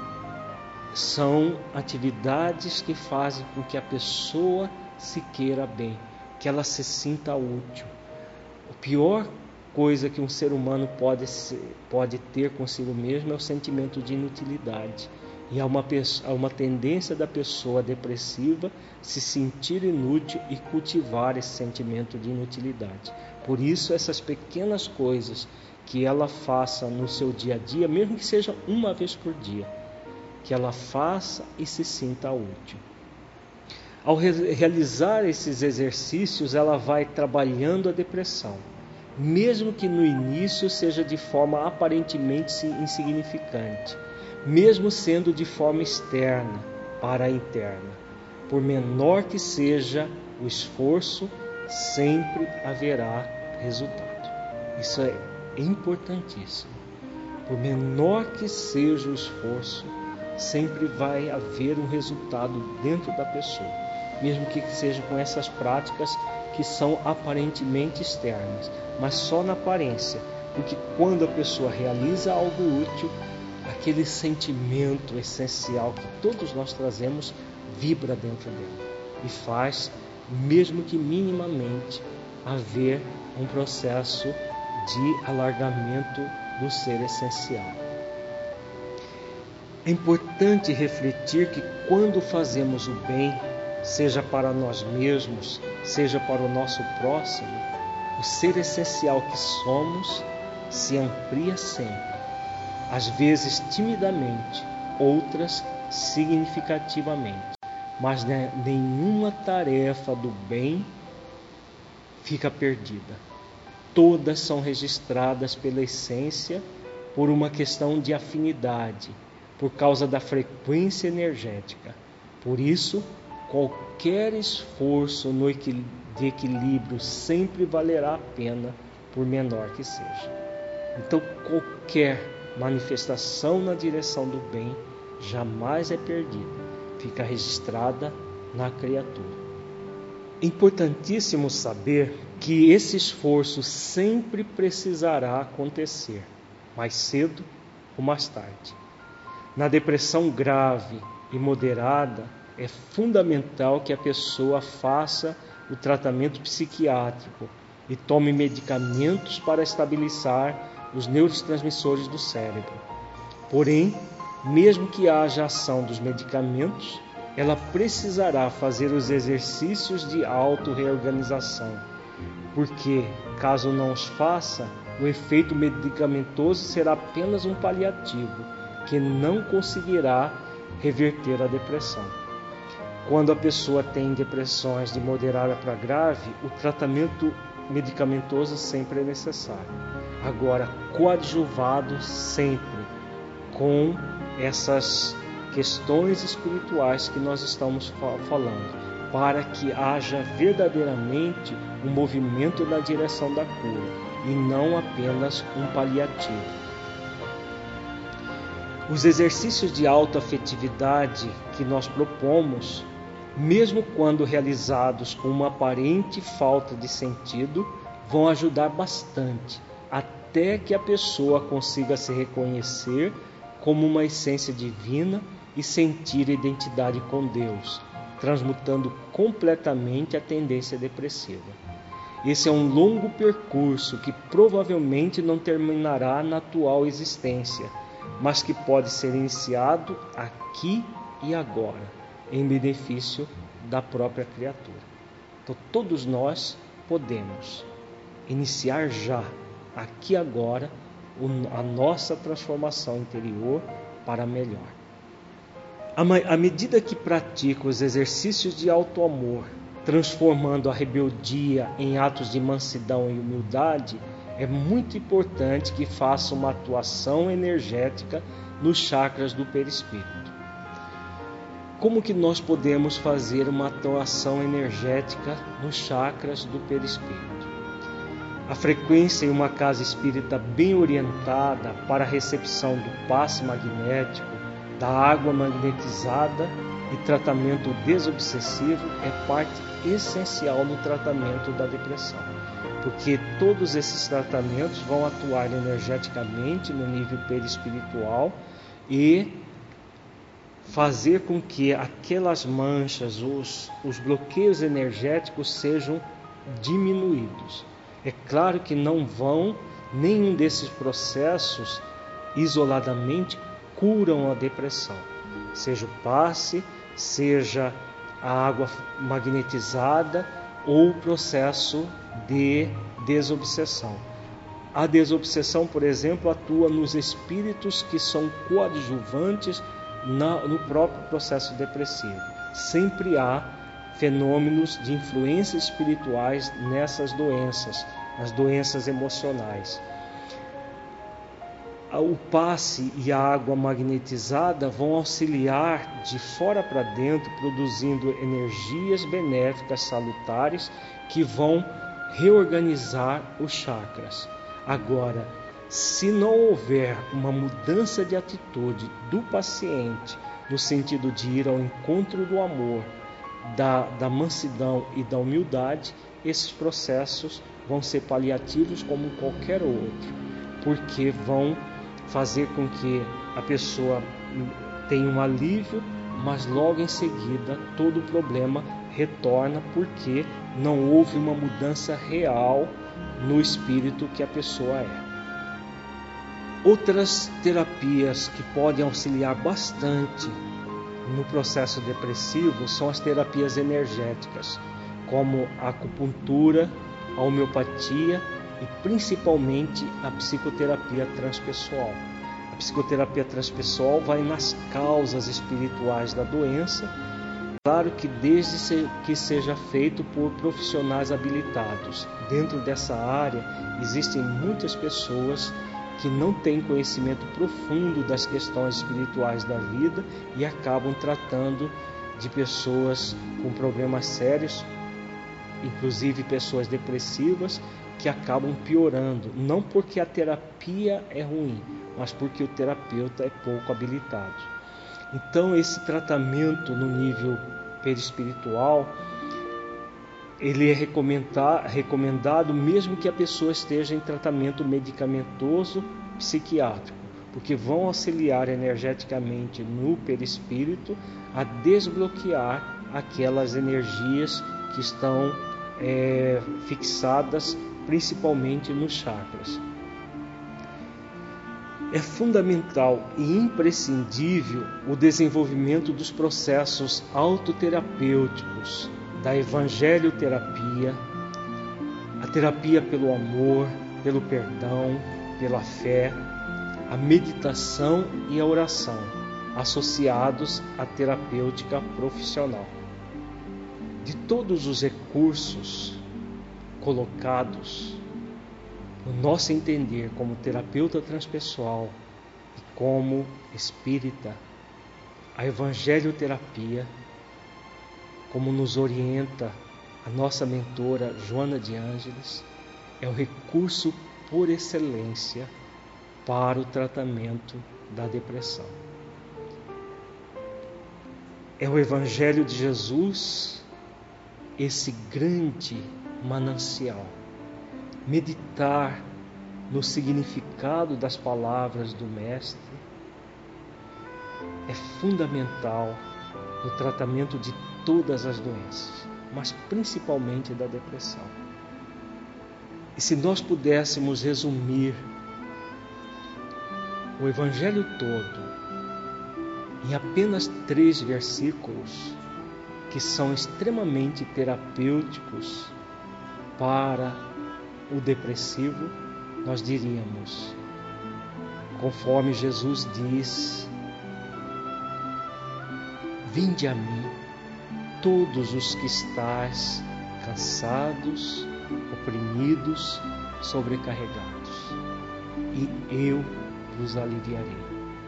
são atividades que fazem com que a pessoa se queira bem, que ela se sinta útil. A pior coisa que um ser humano pode, ser, pode ter consigo mesmo é o sentimento de inutilidade. E há uma, há uma tendência da pessoa depressiva se sentir inútil e cultivar esse sentimento de inutilidade. Por isso, essas pequenas coisas que ela faça no seu dia a dia, mesmo que seja uma vez por dia, que ela faça e se sinta útil. Ao re- realizar esses exercícios, ela vai trabalhando a depressão, mesmo que no início seja de forma aparentemente insignificante, mesmo sendo de forma externa para a interna. Por menor que seja o esforço, sempre haverá resultado. Isso é importantíssimo. Por menor que seja o esforço, sempre vai haver um resultado dentro da pessoa, mesmo que seja com essas práticas que são aparentemente externas, mas só na aparência, porque quando a pessoa realiza algo útil, aquele sentimento essencial que todos nós trazemos vibra dentro dela e faz, mesmo que minimamente, haver um processo de alargamento do ser essencial. É importante refletir que quando fazemos o bem, seja para nós mesmos, seja para o nosso próximo, o ser essencial que somos se amplia sempre. Às vezes timidamente, outras significativamente, mas nenhuma tarefa do bem fica perdida. Todas são registradas pela essência por uma questão de afinidade, por causa da frequência energética. Por isso, qualquer esforço no equil- de equilíbrio sempre valerá a pena, por menor que seja. Então, qualquer manifestação na direção do bem jamais é perdida, fica registrada na criatura. É importantíssimo saber que esse esforço sempre precisará acontecer, mais cedo ou mais tarde. Na depressão grave e moderada, é fundamental que a pessoa faça o tratamento psiquiátrico e tome medicamentos para estabilizar os neurotransmissores do cérebro. Porém, mesmo que haja ação dos medicamentos, ela precisará fazer os exercícios de auto-reorganização, porque, caso não os faça, o efeito medicamentoso será apenas um paliativo, que não conseguirá reverter a depressão. Quando a pessoa tem depressões de moderada para grave, o tratamento medicamentoso sempre é necessário. Agora, coadjuvado sempre com essas questões espirituais que nós estamos falando, para que haja verdadeiramente um movimento na direção da cura e não apenas um paliativo. Os exercícios de autoafetividade que nós propomos, mesmo quando realizados com uma aparente falta de sentido, vão ajudar bastante, até que a pessoa consiga se reconhecer como uma essência divina e sentir identidade com Deus, transmutando completamente a tendência depressiva. Esse é um longo percurso que provavelmente não terminará na atual existência, mas que pode ser iniciado aqui e agora, em benefício da própria criatura. Então, todos nós podemos iniciar já, aqui e agora, a nossa transformação interior para melhor. À medida que pratico os exercícios de auto-amor, transformando a rebeldia em atos de mansidão e humildade, é muito importante que faça uma atuação energética nos chakras do perispírito. Como que nós podemos fazer uma atuação energética nos chakras do perispírito? A frequência em uma casa espírita bem orientada para a recepção do passe magnético, da água magnetizada e tratamento desobsessivo é parte essencial no tratamento da depressão, porque todos esses tratamentos vão atuar energeticamente no nível perispiritual e fazer com que aquelas manchas, os, os bloqueios energéticos sejam diminuídos. É claro que não vão, nenhum desses processos isoladamente curam a depressão, seja o passe, seja a água magnetizada ou o processo de desobsessão. A desobsessão, por exemplo, atua nos espíritos que são coadjuvantes na, no próprio processo depressivo. Sempre há fenômenos de influências espirituais nessas doenças, as doenças emocionais. O passe e a água magnetizada vão auxiliar de fora para dentro, produzindo energias benéficas salutares que vão reorganizar os chakras. Agora, se não houver uma mudança de atitude do paciente, no sentido de ir ao encontro do amor, da, da mansidão e da humildade, esses processos vão ser paliativos como qualquer outro, porque vão fazer com que a pessoa tenha um alívio, mas logo em seguida todo o problema retorna porque não houve uma mudança real no espírito que a pessoa é. Outras terapias que podem auxiliar bastante no processo depressivo são as terapias energéticas, como a acupuntura, a homeopatia e principalmente a psicoterapia transpessoal. A psicoterapia transpessoal vai nas causas espirituais da doença, claro que desde que seja feito por profissionais habilitados. Dentro dessa área existem muitas pessoas que não têm conhecimento profundo das questões espirituais da vida e acabam tratando de pessoas com problemas sérios, inclusive pessoas depressivas, que acabam piorando, não porque a terapia é ruim, mas porque o terapeuta é pouco habilitado. Então, esse tratamento no nível perispiritual, ele é recomendado mesmo que a pessoa esteja em tratamento medicamentoso psiquiátrico, porque vão auxiliar energeticamente no perispírito a desbloquear aquelas energias que estão é, fixadas principalmente nos chakras. É fundamental e imprescindível o desenvolvimento dos processos autoterapêuticos, da evangelioterapia, a terapia pelo amor, pelo perdão, pela fé, a meditação e a oração, associados à terapêutica profissional. De todos os recursos colocados, no nosso entender como terapeuta transpessoal e como espírita, a evangelioterapia, como nos orienta a nossa mentora Joana de Ângeles, é o recurso por excelência para o tratamento da depressão. É o Evangelho de Jesus esse grande manancial. Meditar no significado das palavras do Mestre é fundamental no tratamento de todas as doenças, mas principalmente da depressão. E se nós pudéssemos resumir o Evangelho todo em apenas três versículos, que são extremamente terapêuticos para o depressivo, nós diríamos, conforme Jesus diz: vinde a mim, todos os que estáis cansados, oprimidos, sobrecarregados, e eu vos aliviarei.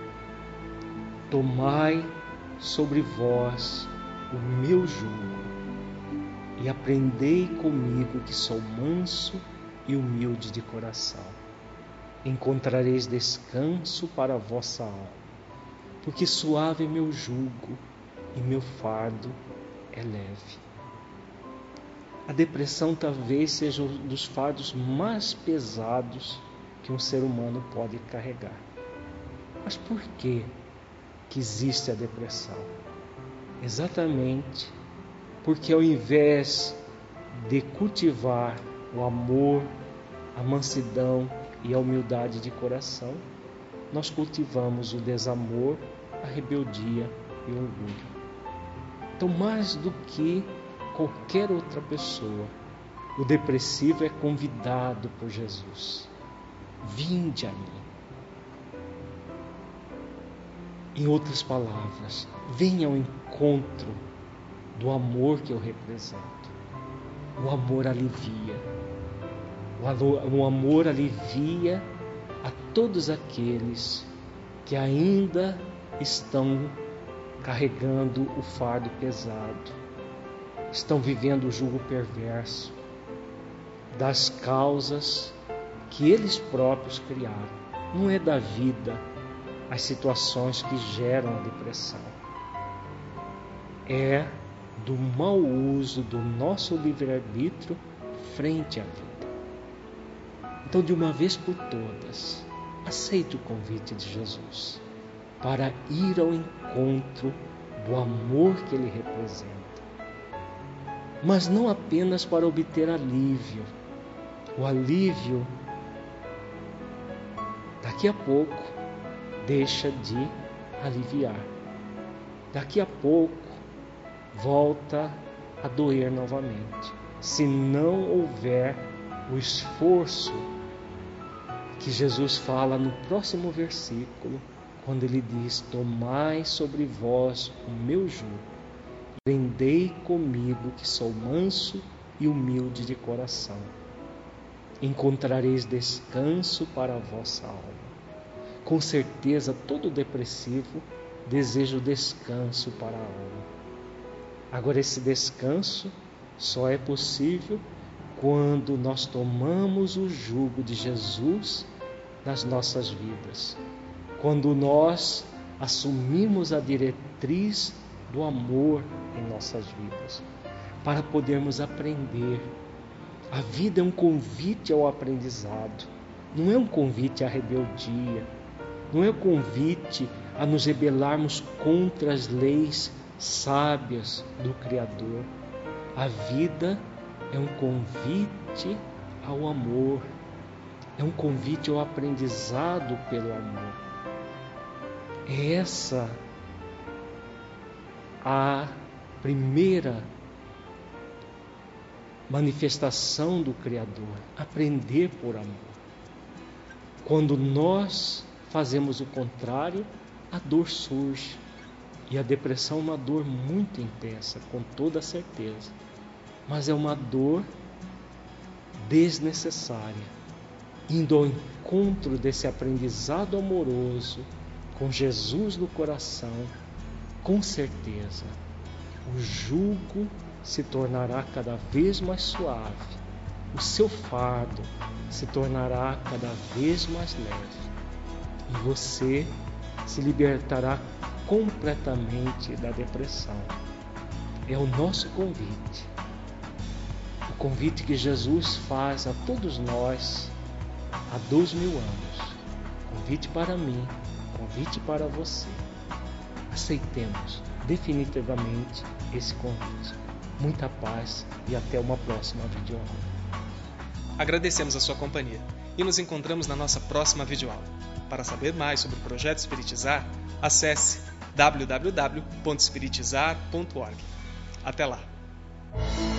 Tomai sobre vós o meu jugo e aprendei comigo, que sou manso e humilde de coração. Encontrareis descanso para a vossa alma, porque suave é meu jugo e meu fardo é leve. A depressão talvez seja um dos fardos mais pesados que um ser humano pode carregar. Mas por que que existe a depressão? Exatamente porque, ao invés de cultivar o amor, a mansidão e a humildade de coração, nós cultivamos o desamor, a rebeldia e o orgulho. Então, mais do que qualquer outra pessoa, o depressivo é convidado por Jesus: vinde a mim. Em outras palavras, venha ao encontro do amor que eu represento. O amor alivia. O amor alivia a todos aqueles que ainda estão carregando o fardo pesado, estão vivendo o jugo perverso das causas que eles próprios criaram. Não é da vida as situações que geram a depressão, é do mau uso do nosso livre-arbítrio frente à vida. Então, de uma vez por todas, aceite o convite de Jesus para ir ao encontro do amor que Ele representa, mas não apenas para obter alívio. O alívio, daqui a pouco, deixa de aliviar. Daqui a pouco, volta a doer novamente, se não houver o esforço que Jesus fala no próximo versículo, quando Ele diz: tomai sobre vós o meu jugo, aprendei comigo, que sou manso e humilde de coração. Encontrareis descanso para a vossa alma. com certeza todo depressivo deseja o descanso para a alma. Agora, esse descanso só é possível quando nós tomamos o jugo de Jesus nas nossas vidas, quando nós assumimos a diretriz do amor em nossas vidas, para podermos aprender. A vida é um convite ao aprendizado, não é um convite à rebeldia, não é um convite a nos rebelarmos contra as leis sábias do Criador. A vida é um convite ao amor, é um convite ao aprendizado pelo amor. É essa a primeira manifestação do Criador, aprender por amor. Quando nós fazemos o contrário, a dor surge. E a depressão é uma dor muito intensa, com toda certeza. Mas é uma dor desnecessária, indo ao encontro desse aprendizado amoroso, com Jesus no coração, com certeza, o jugo se tornará cada vez mais suave, o seu fardo se tornará cada vez mais leve, e você se libertará completamente da depressão. É o nosso convite, o convite que Jesus faz a todos nós há dois mil anos. Convite para mim, convite para você. Aceitemos definitivamente esse convite. Muita paz e até uma próxima videoaula. Agradecemos a sua companhia e nos encontramos na nossa próxima videoaula. Para saber mais sobre o Projeto Espiritizar, acesse w w w ponto espiritizar ponto org. Até lá!